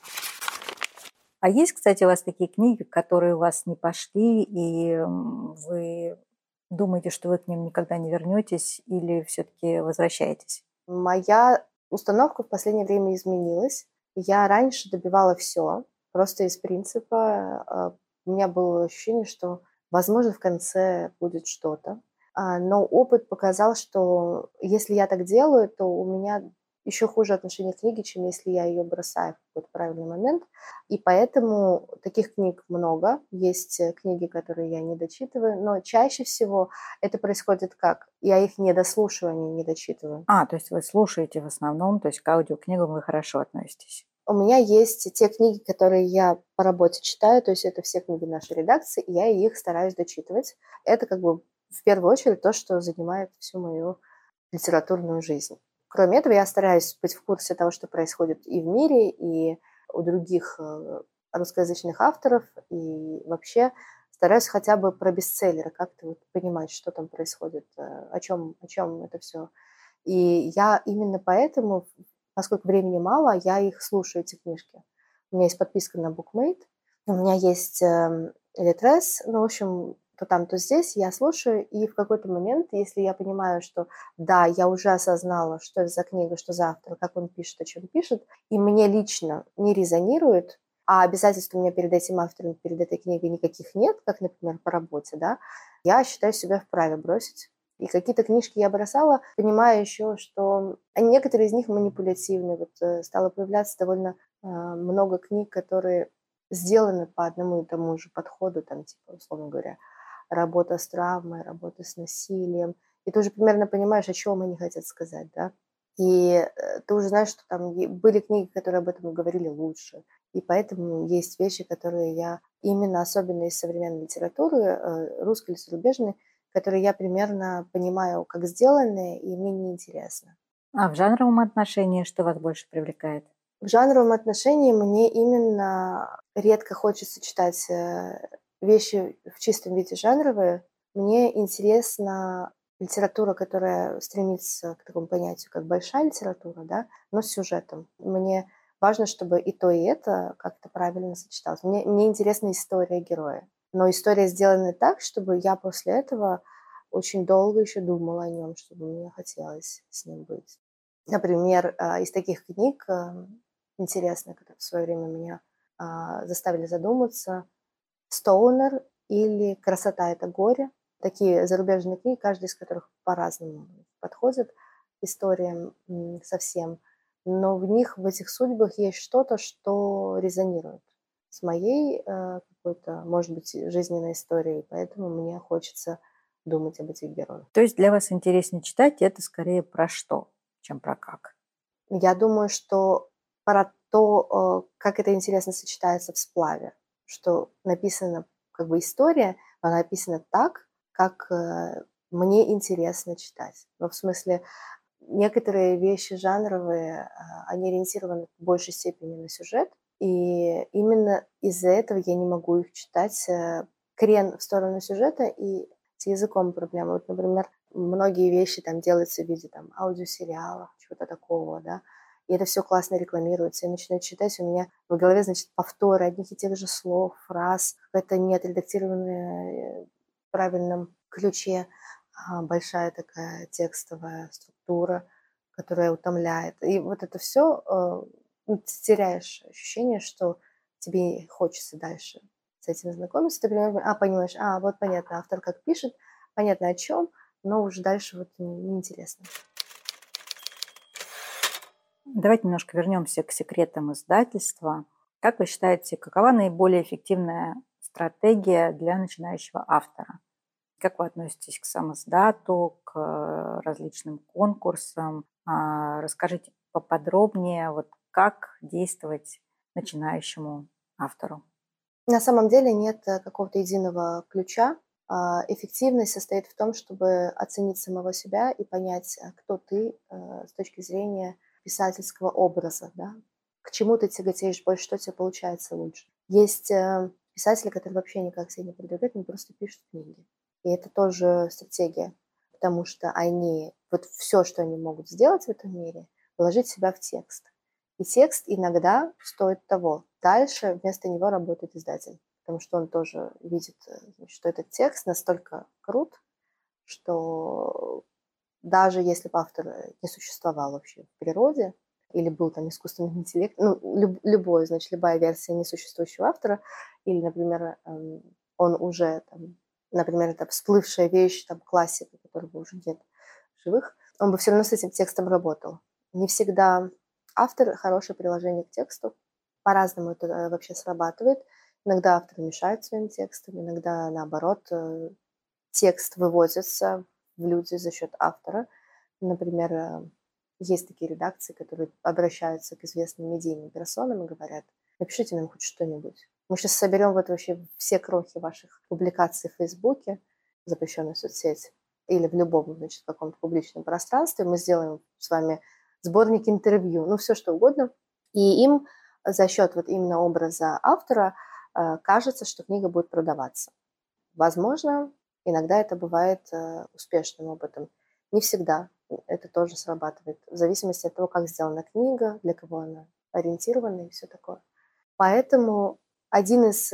А есть, кстати, у вас такие книги, которые у вас не пошли, и вы думаете, что вы к ним никогда не вернетесь или все-таки возвращаетесь? Моя установка в последнее время изменилась. Я раньше добивала все, просто из принципа. У меня было ощущение, что, возможно, в конце будет что-то. Но опыт показал, что если я так делаю, то у меня еще хуже отношение к книге, чем если я ее бросаю в какой-то правильный момент. И поэтому таких книг много. Есть книги, которые я не дочитываю, но чаще всего это происходит как? Я их не дослушиваю, не дочитываю. То есть вы слушаете в основном, то есть к аудиокнигам вы хорошо относитесь? У меня есть те книги, которые я по работе читаю, то есть это все книги нашей редакции, и я их стараюсь дочитывать. Это как бы в первую очередь то, что занимает всю мою литературную жизнь. Кроме этого, я стараюсь быть в курсе того, что происходит и в мире, и у других русскоязычных авторов, и вообще стараюсь хотя бы про бестселлеры как-то вот понимать, что там происходит, о чем это все. И я именно поэтому, поскольку времени мало, я их слушаю, эти книжки. У меня есть подписка на BookMate, у меня есть Литрес, ну, в общем, то там, то здесь я слушаю, и в какой-то момент, если я понимаю, что да, я уже осознала, что это за книга, что за автор, как он пишет, о чем пишет, и мне лично не резонирует, а обязательств у меня перед этим автором, перед этой книгой никаких нет, как, например, по работе, да, я считаю себя вправе бросить. И какие-то книжки я бросала, понимая еще, что некоторые из них манипулятивны. Вот стало появляться довольно много книг, которые сделаны по одному и тому же подходу, там, типа, условно говоря, работа с травмой, работа с насилием. И ты уже примерно понимаешь, о чем они хотят сказать, да. И ты уже знаешь, что там были книги, которые об этом говорили лучше. И поэтому есть вещи, которые я именно, особенно из современной литературы, русской или зарубежной, которые я примерно понимаю, как сделаны, и мне неинтересно. А в жанровом отношении что вас больше привлекает? В жанровом отношении мне именно редко хочется читать вещи в чистом виде жанровые. Мне интересна литература, которая стремится к такому понятию, как большая литература, да, но с сюжетом. Мне важно, чтобы и то, и это как-то правильно сочеталось. Мне интересна история героя. Но история сделана так, чтобы я после этого очень долго еще думала о нем, чтобы мне хотелось с ним быть. Например, из таких книг интересных, которые в свое время меня заставили задуматься, «Стоунер» или «Красота – это горе». Такие зарубежные книги, каждая из которых по-разному подходит к историям совсем. Но в них, в этих судьбах есть что-то, что резонирует с моей какой-то, может быть, жизненной историей, поэтому мне хочется думать об этих героях. То есть для вас интереснее читать это скорее про что, чем про как? Я думаю, что про то, как это интересно сочетается в сплаве, что написана как бы история, но она написана так, как мне интересно читать. Ну, в смысле, некоторые вещи жанровые, они ориентированы в большей степени на сюжет, и именно из-за этого я не могу их читать. Крен в сторону сюжета и с языком проблема. Вот, например, многие вещи там делаются в виде там аудиосериалов, чего-то такого, да, и это все классно рекламируется. Я начинаю читать, у меня в голове, значит, повторы одних и тех же слов, фраз, какая-то не отредактированная в правильном ключе, большая такая текстовая структура, которая утомляет. И вот это все, ты теряешь ощущение, что тебе хочется дальше с этим знакомиться. Ты понимаешь, вот понятно, автор как пишет, понятно о чем, но уже дальше вот неинтересно. Давайте немножко вернемся к секретам издательства. Как вы считаете, какова наиболее эффективная стратегия для начинающего автора? Как вы относитесь к самоиздату, к различным конкурсам? Расскажите поподробнее, вот как действовать начинающему автору. На самом деле нет какого-то единого ключа. Эффективность состоит в том, чтобы оценить самого себя и понять, кто ты с точки зрения писательского образа, да? К чему ты тяготеешь больше, что тебе получается лучше. Есть писатели, которые вообще никак себя не продвигают, они просто пишут книги. И это тоже стратегия, потому что они, вот все, что они могут сделать в этом мире, вложить себя в текст. И текст иногда стоит того. Дальше вместо него работает издатель, потому что он тоже видит, что этот текст настолько крут, что даже если бы автор не существовал вообще в природе, или был там искусственный интеллект, любая версия несуществующего автора, или, например, он уже, там, например, это всплывшая вещь, там, классика, которого уже нет в живых, он бы все равно с этим текстом работал. Не всегда автор хорошее приложение к тексту, по-разному это вообще срабатывает. Иногда автор мешает своим текстом, иногда, наоборот, текст выводится в люди за счет автора. Например, есть такие редакции, которые обращаются к известным медийным персонам и говорят: напишите нам хоть что-нибудь. Мы сейчас соберем вот вообще все крохи ваших публикаций в Фейсбуке, запрещенной соцсети, или в любом, значит, каком-то публичном пространстве. Мы сделаем с вами сборник интервью, все что угодно. И им за счет вот именно образа автора кажется, что книга будет продаваться. Возможно, иногда это бывает успешным опытом. Не всегда это тоже срабатывает, в зависимости от того, как сделана книга, для кого она ориентирована и все такое. Поэтому один из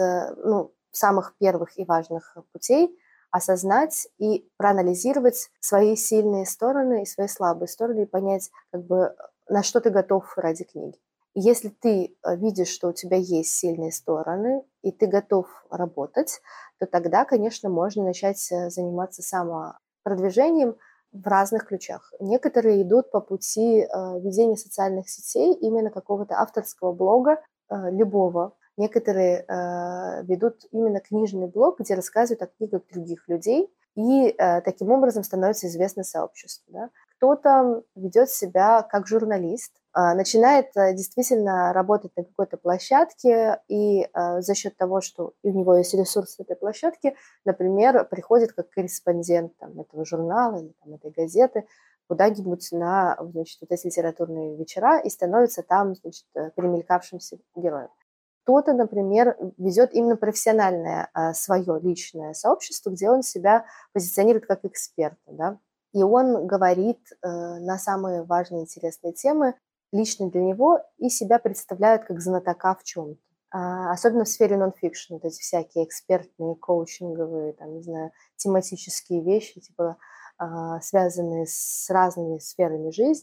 самых первых и важных путей – осознать и проанализировать свои сильные стороны и свои слабые стороны и понять, как бы, на что ты готов ради книги. И если ты видишь, что у тебя есть сильные стороны, и ты готов работать, то тогда, конечно, можно начать заниматься самопродвижением в разных ключах. Некоторые идут по пути ведения социальных сетей, именно какого-то авторского блога, любого. Некоторые ведут именно книжный блог, где рассказывают о книгах других людей, и таким образом становится известно сообщество. Да? Кто-то ведет себя как журналист, начинает действительно работать на какой-то площадке, и за счет того, что у него есть ресурс этой площадки, например, приходит как корреспондент там, этого журнала или там, этой газеты куда-нибудь на, значит, вот эти литературные вечера и становится там, значит, примелькавшимся героем. Кто-то, например, ведет именно профессиональное свое личное сообщество, где он себя позиционирует как эксперта, да? И он говорит на самые важные интересные темы лично для него и себя представляет как знатока в чем-то. Особенно в сфере нон-фикшн, вот эти всякие экспертные, коучинговые, там, не знаю, тематические вещи, типа связанные с разными сферами жизни,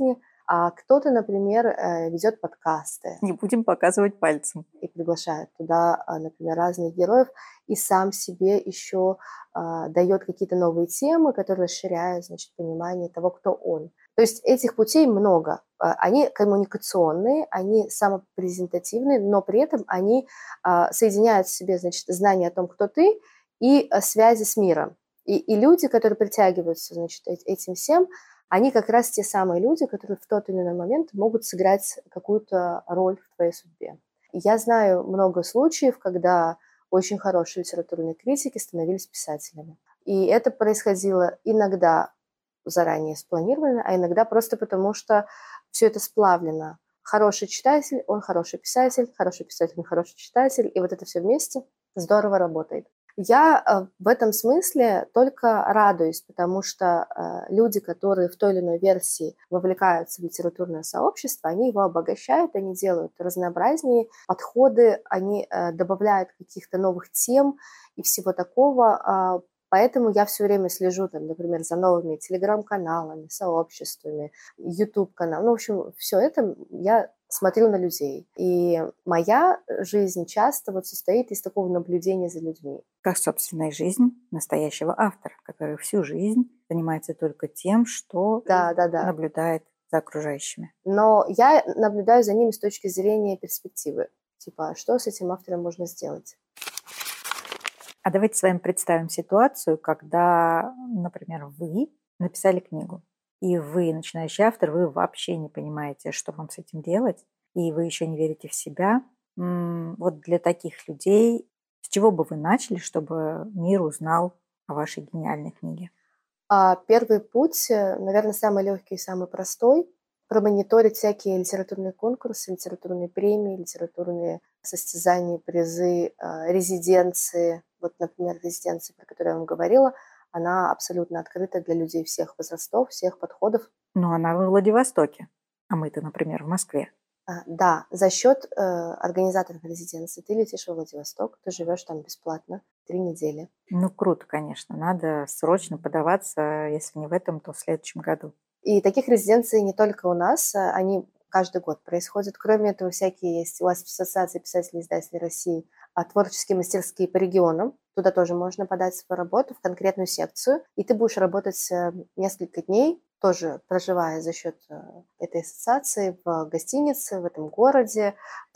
А кто-то, например, ведет подкасты. Не будем показывать пальцем. И приглашает туда, например, разных героев, и сам себе еще дает какие-то новые темы, которые расширяют, значит, понимание того, кто он. То есть этих путей много. Они коммуникационные, они самопрезентативные, но при этом они соединяют в себе, значит, знание о том, кто ты, и связи с миром. И люди, которые притягиваются, значит, этим всем, они как раз те самые люди, которые в тот или иной момент могут сыграть какую-то роль в твоей судьбе. Я знаю много случаев, когда очень хорошие литературные критики становились писателями. И это происходило иногда заранее спланировано, а иногда просто потому, что все это сплавлено. Хороший читатель, он хороший писатель, он хороший читатель, и вот это все вместе здорово работает. Я в этом смысле только радуюсь, потому что люди, которые в той или иной версии вовлекаются в литературное сообщество, они его обогащают, они делают разнообразнее подходы, они добавляют каких-то новых тем и всего такого. Поэтому я все время слежу, там, например, за новыми телеграм-каналами, сообществами, YouTube-каналом. Ну, в общем, все это я смотрю на людей. И моя жизнь часто вот состоит из такого наблюдения за людьми. Как собственная жизнь настоящего автора, который всю жизнь занимается только тем, что наблюдает за окружающими. Но я наблюдаю за ними с точки зрения перспективы. Типа, что с этим автором можно сделать? А давайте с вами представим ситуацию, когда, например, вы написали книгу, и вы, начинающий автор, вы вообще не понимаете, что вам с этим делать, и вы еще не верите в себя. Вот для таких людей с чего бы вы начали, чтобы мир узнал о вашей гениальной книге? Первый путь, наверное, самый легкий и самый простой, промониторить всякие литературные конкурсы, литературные премии, литературные состязания, призы, резиденции. Вот, например, резиденция, про которую я вам говорила, она абсолютно открыта для людей всех возрастов, всех подходов. Но она во Владивостоке, а мы-то, например, в Москве. Да, за счет организаторов резиденции ты летишь во Владивосток, ты живешь там бесплатно 3 недели. Ну, круто, конечно. Надо срочно подаваться, если не в этом, то в следующем году. И таких резиденций не только у нас, они каждый год происходят. Кроме этого, всякие есть у вас в Ассоциации писателей и издателей России творческие мастерские по регионам. Туда тоже можно подать свою работу в конкретную секцию. И ты будешь работать несколько дней, тоже проживая за счет этой ассоциации в гостинице в этом городе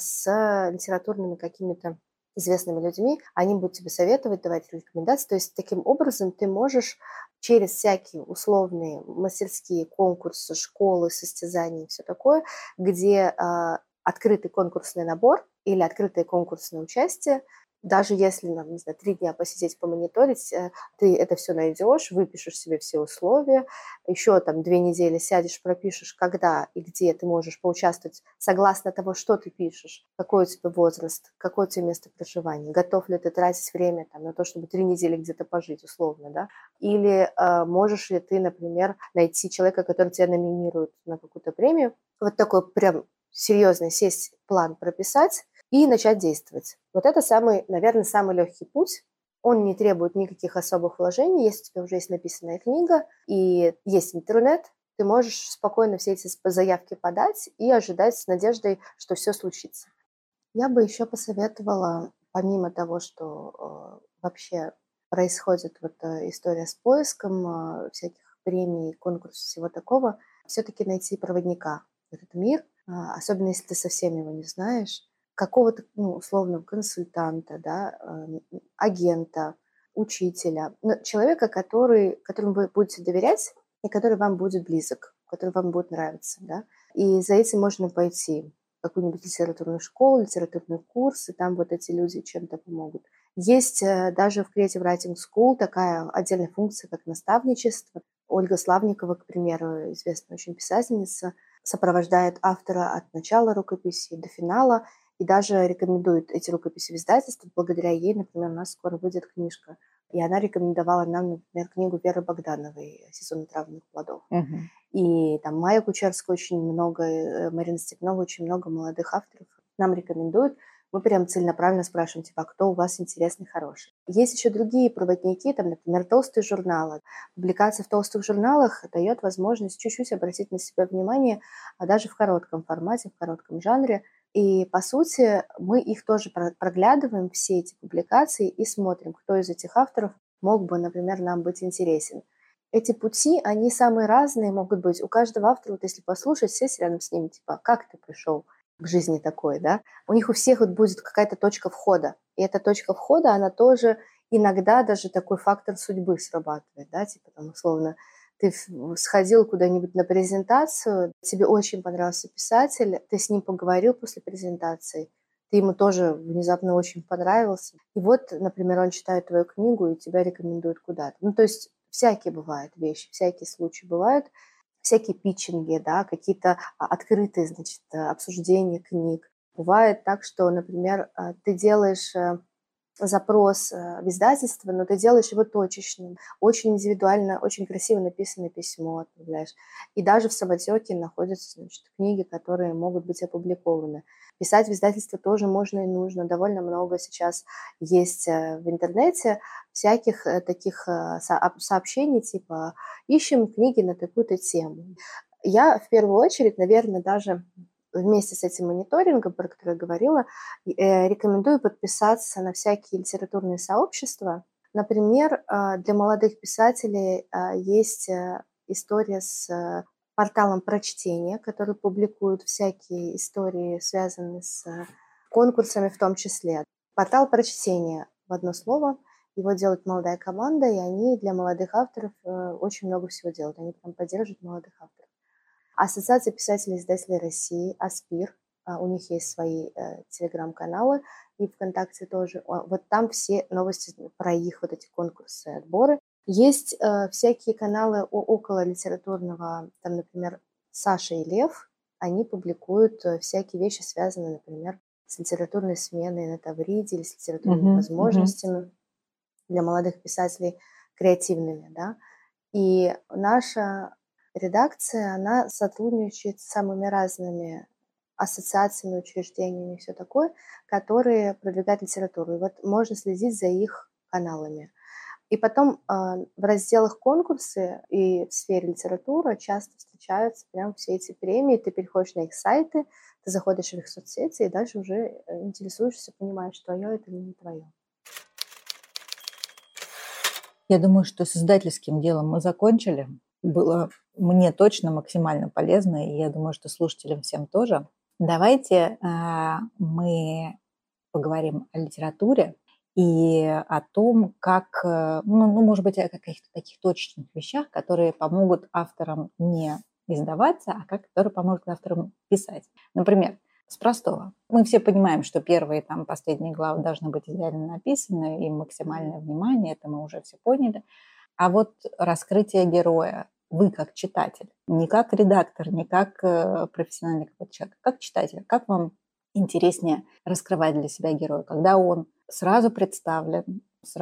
с литературными какими-то известными людьми. Они будут тебе советовать, давать рекомендации. То есть таким образом ты можешь через всякие условные мастерские конкурсы, школы, состязания и все такое, где открытый конкурсный набор или открытое конкурсное участие, даже если нам, не знаю, 3 дня посидеть, помониторить, ты это все найдешь, выпишешь себе все условия, еще там 2 недели сядешь, пропишешь, когда и где ты можешь поучаствовать согласно того, что ты пишешь, какой у тебя возраст, какое у тебя место проживания, готов ли ты тратить время там, на то, чтобы 3 недели где-то пожить, условно, да, или можешь ли ты, например, найти человека, который тебя номинирует на какую-то премию, вот такой прям серьезный сесть, план прописать, и начать действовать. Вот это наверное, самый легкий путь. Он не требует никаких особых вложений. Если у тебя уже есть написанная книга и есть интернет, ты можешь спокойно все эти заявки подать и ожидать с надеждой, что все случится. Я бы еще посоветовала, помимо того, что вообще происходит вот история с поиском всяких премий, конкурсов, всего такого, все-таки найти проводника в этот мир, особенно если ты совсем его не знаешь, какого-то, условного консультанта, да, агента, учителя, человека, которому вы будете доверять и который вам будет близок, который вам будет нравиться, да. И за этим можно пойти в какую-нибудь литературную школу, литературный курс, и там вот эти люди чем-то помогут. Есть даже в Creative Writing School такая отдельная функция, как наставничество. Ольга Славникова, к примеру, известная очень писательница, сопровождает автора от начала рукописи до финала, и даже рекомендует эти рукописи в издательство. Благодаря ей, например, у нас скоро выйдет книжка. И она рекомендовала нам, например, книгу Веры Богдановой «Сезон травных плодов». Угу. И там Майя Кучерская очень много, Марина Степнова, очень много молодых авторов нам рекомендуют. мы прям целенаправленно спрашиваем, типа, а кто у вас интересный, хороший. Есть еще другие проводники, там, например, толстые журналы. Публикация в толстых журналах дает возможность чуть-чуть обратить на себя внимание, а даже в коротком формате, в коротком жанре. И, по сути, мы их тоже проглядываем, все эти публикации, и смотрим, кто из этих авторов мог бы, например, нам быть интересен. Эти пути, они самые разные могут быть. У каждого автора, вот если послушать, сесть рядом с ним, типа, как ты пришел к жизни такой, да? У них у всех вот будет какая-то точка входа. И эта точка входа, она тоже иногда даже такой фактор судьбы срабатывает, да, типа, там, условно, ты сходил куда-нибудь на презентацию, тебе очень понравился писатель, ты с ним поговорил после презентации, ты ему тоже внезапно очень понравился. И вот, например, он читает твою книгу и тебя рекомендует куда-то. Ну, то есть всякие бывают вещи, всякие случаи бывают, всякие питчинги, да, какие-то открытые, значит, обсуждения книг. Бывает так, что, например, ты делаешь запрос в издательство, но ты делаешь его точечным, очень индивидуально, очень красиво написанное письмо отправляешь. И даже в самотеке находятся, значит, книги, которые могут быть опубликованы. Писать в издательство тоже можно и нужно. Довольно много сейчас есть в интернете всяких таких сообщений, типа «ищем книги на такую-то тему». Я в первую очередь, наверное, даже вместе с этим мониторингом, про который я говорила, рекомендую подписаться на всякие литературные сообщества. Например, для молодых писателей есть история с порталом прочтения, который публикует всякие истории, связанные с конкурсами в том числе. Портал прочтения в одно слово. Его делает молодая команда, и они для молодых авторов очень много всего делают. Они прям поддерживают молодых авторов. Ассоциация писателей и издателей России, АСПИР, у них есть свои телеграм-каналы, и ВКонтакте тоже. Вот там все новости про их вот эти конкурсы, отборы. Есть всякие каналы около литературного, там, например, Саша и Лев, они публикуют всякие вещи, связанные, например, с литературной сменой на Тавриде или с литературными возможностями для молодых писателей креативными, да. И наша редакция, она сотрудничает с самыми разными ассоциациями, учреждениями и все такое, которые продвигают литературу. И вот можно следить за их каналами. И потом в разделах конкурсы и в сфере литературы часто встречаются прям все эти премии. Ты переходишь на их сайты, ты заходишь в их соцсети и дальше уже интересуешься, понимаешь, твое это или не твое. Я думаю, что с издательским делом мы закончили. Было мне точно максимально полезно, и я думаю, что слушателям всем тоже. Давайте мы поговорим о литературе и о том, как, может быть, о каких-то таких точечных вещах, которые помогут авторам не издаваться, а которые помогут авторам писать. Например, с простого. Мы все понимаем, что первые, последние главы должны быть идеально написаны, и максимальное внимание, это мы уже все поняли. А вот раскрытие героя, вы как читатель, не как редактор, не как профессиональный какой-то человек, как читатель, как вам интереснее раскрывать для себя героя, когда он сразу представлен,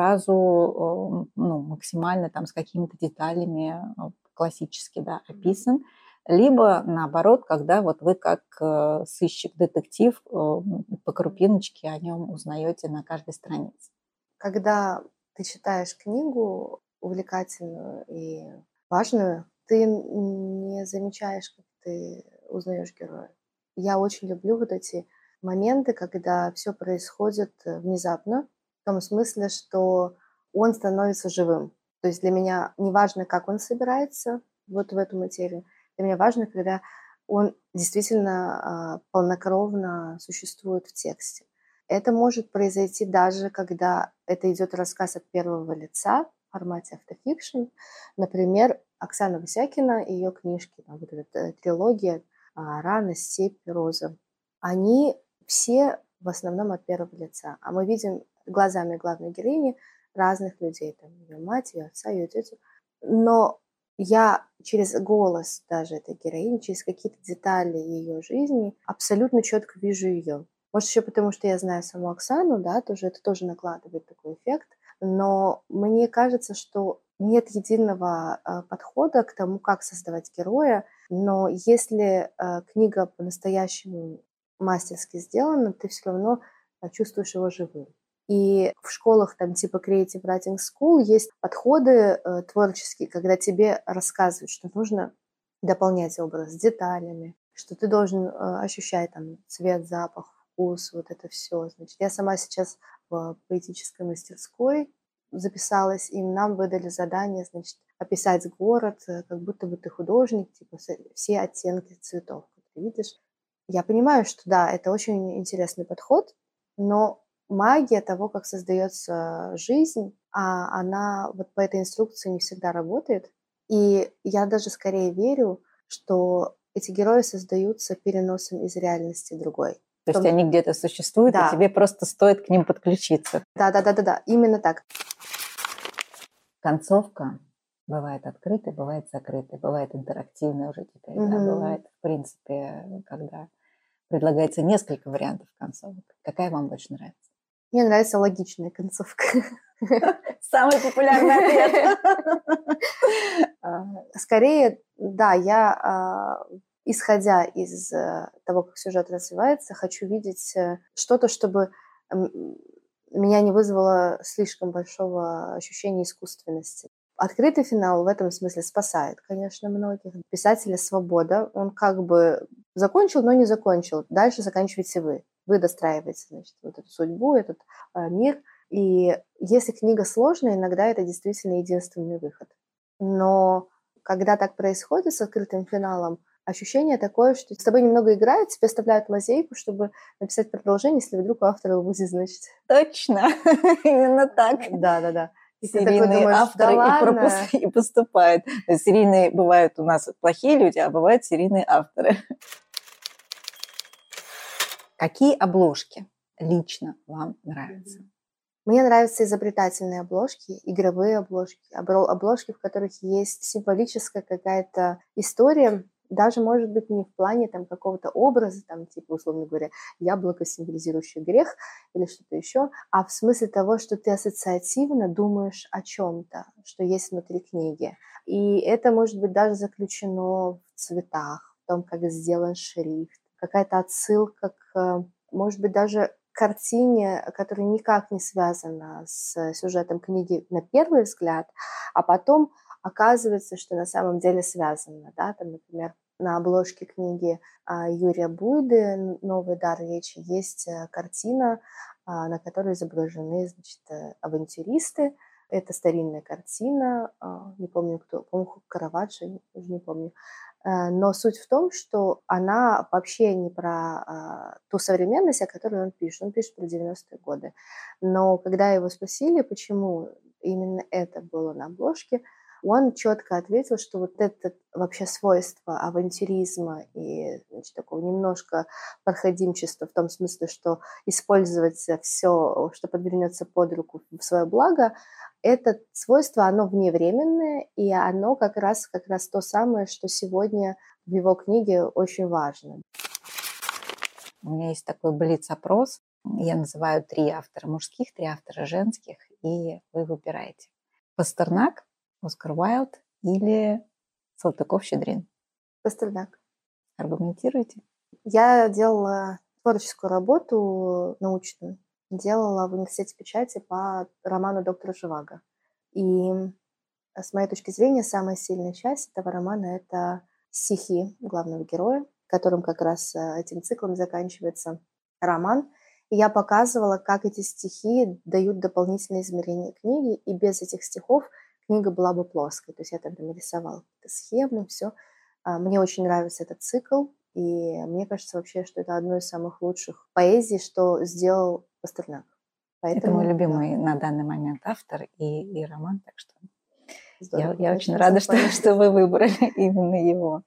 сразу максимально с какими-то деталями классически описан, либо наоборот, когда вот вы как сыщик-детектив по крупиночке о нем узнаете на каждой странице. Когда ты читаешь книгу увлекательную и важную, ты не замечаешь, как ты узнаешь героя. Я очень люблю вот эти моменты, когда все происходит внезапно, в том смысле, что он становится живым. То есть для меня не важно, как он собирается вот в эту материю, для меня важно, когда он действительно полнокровно существует в тексте. Это может произойти даже, когда это идет рассказ от первого лица в формате автофикшн. Например, Оксана Васякина и ее книжки, вот эта трилогия «Рана», «Степь», «Роза». Они все в основном от первого лица. А мы видим глазами главной героини разных людей. Там ее мать, ее отца, ее тетю. Но я через голос даже этой героини, через какие-то детали ее жизни абсолютно четко вижу ее. Может, еще потому, что я знаю саму Оксану, да, тоже это тоже накладывает такой эффект. Но мне кажется, что нет единого подхода к тому, как создавать героя. Но если книга по-настоящему мастерски сделана, ты все равно чувствуешь его живым. И в школах там типа Creative Writing School есть подходы творческие, когда тебе рассказывают, что нужно дополнять образ деталями, что ты должен ощущать там цвет, запах, вкус, вот это все. Значит, я сама сейчас в поэтической мастерской записалась, и нам выдали задание, значит, описать город, как будто бы ты художник, типа все оттенки цветов, как ты видишь. Я понимаю, что да, это очень интересный подход, но магия того, как создается жизнь, она вот по этой инструкции не всегда работает. И я даже скорее верю, что эти герои создаются переносом из реальности другой. То есть они где-то существуют, Да. и тебе просто стоит к ним подключиться. Да, именно так. Концовка бывает открытой, бывает закрытой, бывает интерактивной уже теперь, да, бывает, в принципе, когда предлагается несколько вариантов концовок. Какая вам больше нравится? Мне нравится логичная концовка. Самый популярный ответ. Скорее, да, я, исходя из того, как сюжет развивается, хочу видеть что-то, чтобы меня не вызвало слишком большого ощущения искусственности. Открытый финал в этом смысле спасает, конечно, многих. Писателя свобода, он как бы закончил, но не закончил. Дальше заканчиваете вы. Вы достраиваете, значит, вот эту судьбу, этот мир. И если книга сложная, иногда это действительно единственный выход. Но когда так происходит с открытым финалом, ощущение такое, что с тобой немного играют, тебе оставляют лазейку, чтобы написать продолжение, если вдруг у автора будет, значит. Точно, именно так. Да. И серийные ты думаешь, авторы да и поступают. Серийные бывают у нас плохие люди, а бывают серийные авторы. Какие обложки лично вам нравятся? Мне нравятся изобретательные обложки, игровые обложки, обложки, в которых есть символическая какая-то история, даже, может быть, не в плане там какого-то образа, там, типа, условно говоря, яблоко, символизирующее грех или что-то еще, а в смысле того, что ты ассоциативно думаешь о чем-то, что есть внутри книги. И это может быть даже заключено в цветах, в том, как сделан шрифт, какая-то отсылка к, может быть, даже картине, которая никак не связана с сюжетом книги на первый взгляд, а потом оказывается, что на самом деле связано. Да? Там, например, на обложке книги Юрия Буйды «Новый дар речи» есть картина, на которой изображены, значит, авантюристы. Это старинная картина, не помню кто, по-моему, Караваджо, уже не помню. Но суть в том, что она вообще не про ту современность, о которой он пишет. Он пишет про 90-е годы. Но когда его спросили, почему именно это было на обложке, он четко ответил, что вот это вообще свойство авантюризма и, значит, такого немножко проходимчества в том смысле, что использовать все, что подвернется под руку в свое благо, это свойство, оно вневременное, и оно как раз то самое, что сегодня в его книге очень важно. У меня есть такой блиц-опрос. Я называю 3 автора мужских, 3 автора женских, и вы выбираете. Пастернак, Оскар Уайльд или Салтыков-Щедрин? Пастернак. Аргументируйте. Я делала творческую работу научную, делала в университете печати по роману «Доктор Живаго». И с моей точки зрения самая сильная часть этого романа – это стихи главного героя, которым как раз этим циклом заканчивается роман. И я показывала, как эти стихи дают дополнительное измерение книги, и без этих стихов книга была бы плоской. То есть я там нарисовала схемы, все. Мне очень нравится этот цикл, и мне кажется вообще, что это одно из самых лучших поэзий, что сделал Пастернак. Это мой любимый на данный момент автор и роман, так что я очень рада, что вы выбрали именно его.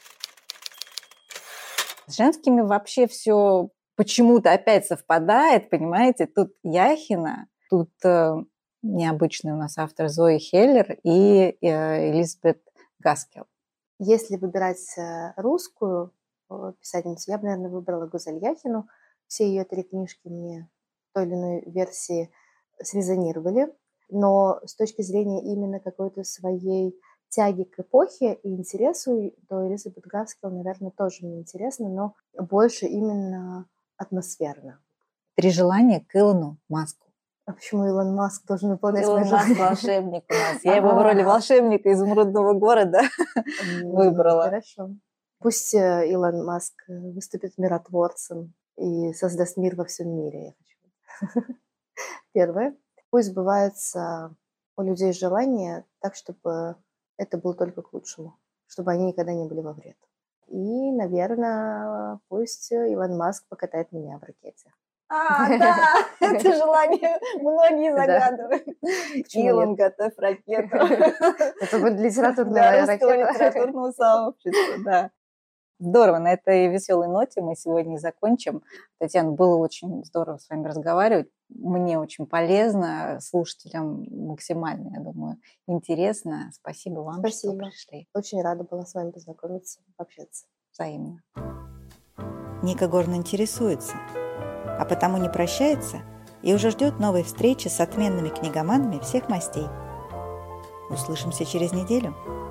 С женскими вообще все почему-то опять совпадает, понимаете? Тут Яхина, тут необычный у нас автор Зои Хеллер и Элизабет Гаскел. Если выбирать русскую писательницу, я бы, наверное, выбрала Гузель Яхину. Все ее 3 книжки мне в той или иной версии срезонировали. Но с точки зрения именно какой-то своей тяги к эпохе и интересу, то Элизабет Гаскел, наверное, тоже мне интересно, но больше именно атмосферно. 3 желания к Илону Маску. А почему Илон Маск должен выполнять Илон мои Маск желания? волшебник у нас. Я его в роли волшебника изумрудного города выбрала. Хорошо. Пусть Илон Маск выступит миротворцем и создаст мир во всем мире, я хочу. Первое. Пусть сбываются у людей желания так, чтобы это было только к лучшему, чтобы они никогда не были во вред. И, наверное, пусть Илон Маск покатает меня в ракете. Да, это желание многие загадывают. Илон, готовь ракету. Это будет Для литературная русского ракета. литературного сообщества, да. Здорово, на этой веселой ноте мы сегодня закончим. Татьяна, было очень здорово с вами разговаривать. Мне очень полезно, слушателям максимально, я думаю, интересно. Спасибо вам, Спасибо. что пришли. Очень рада была с вами познакомиться, пообщаться. Взаимно. Ника Горн интересуется, а потому не прощается и уже ждет новой встречи с отменными книгоманами всех мастей. Услышимся через неделю.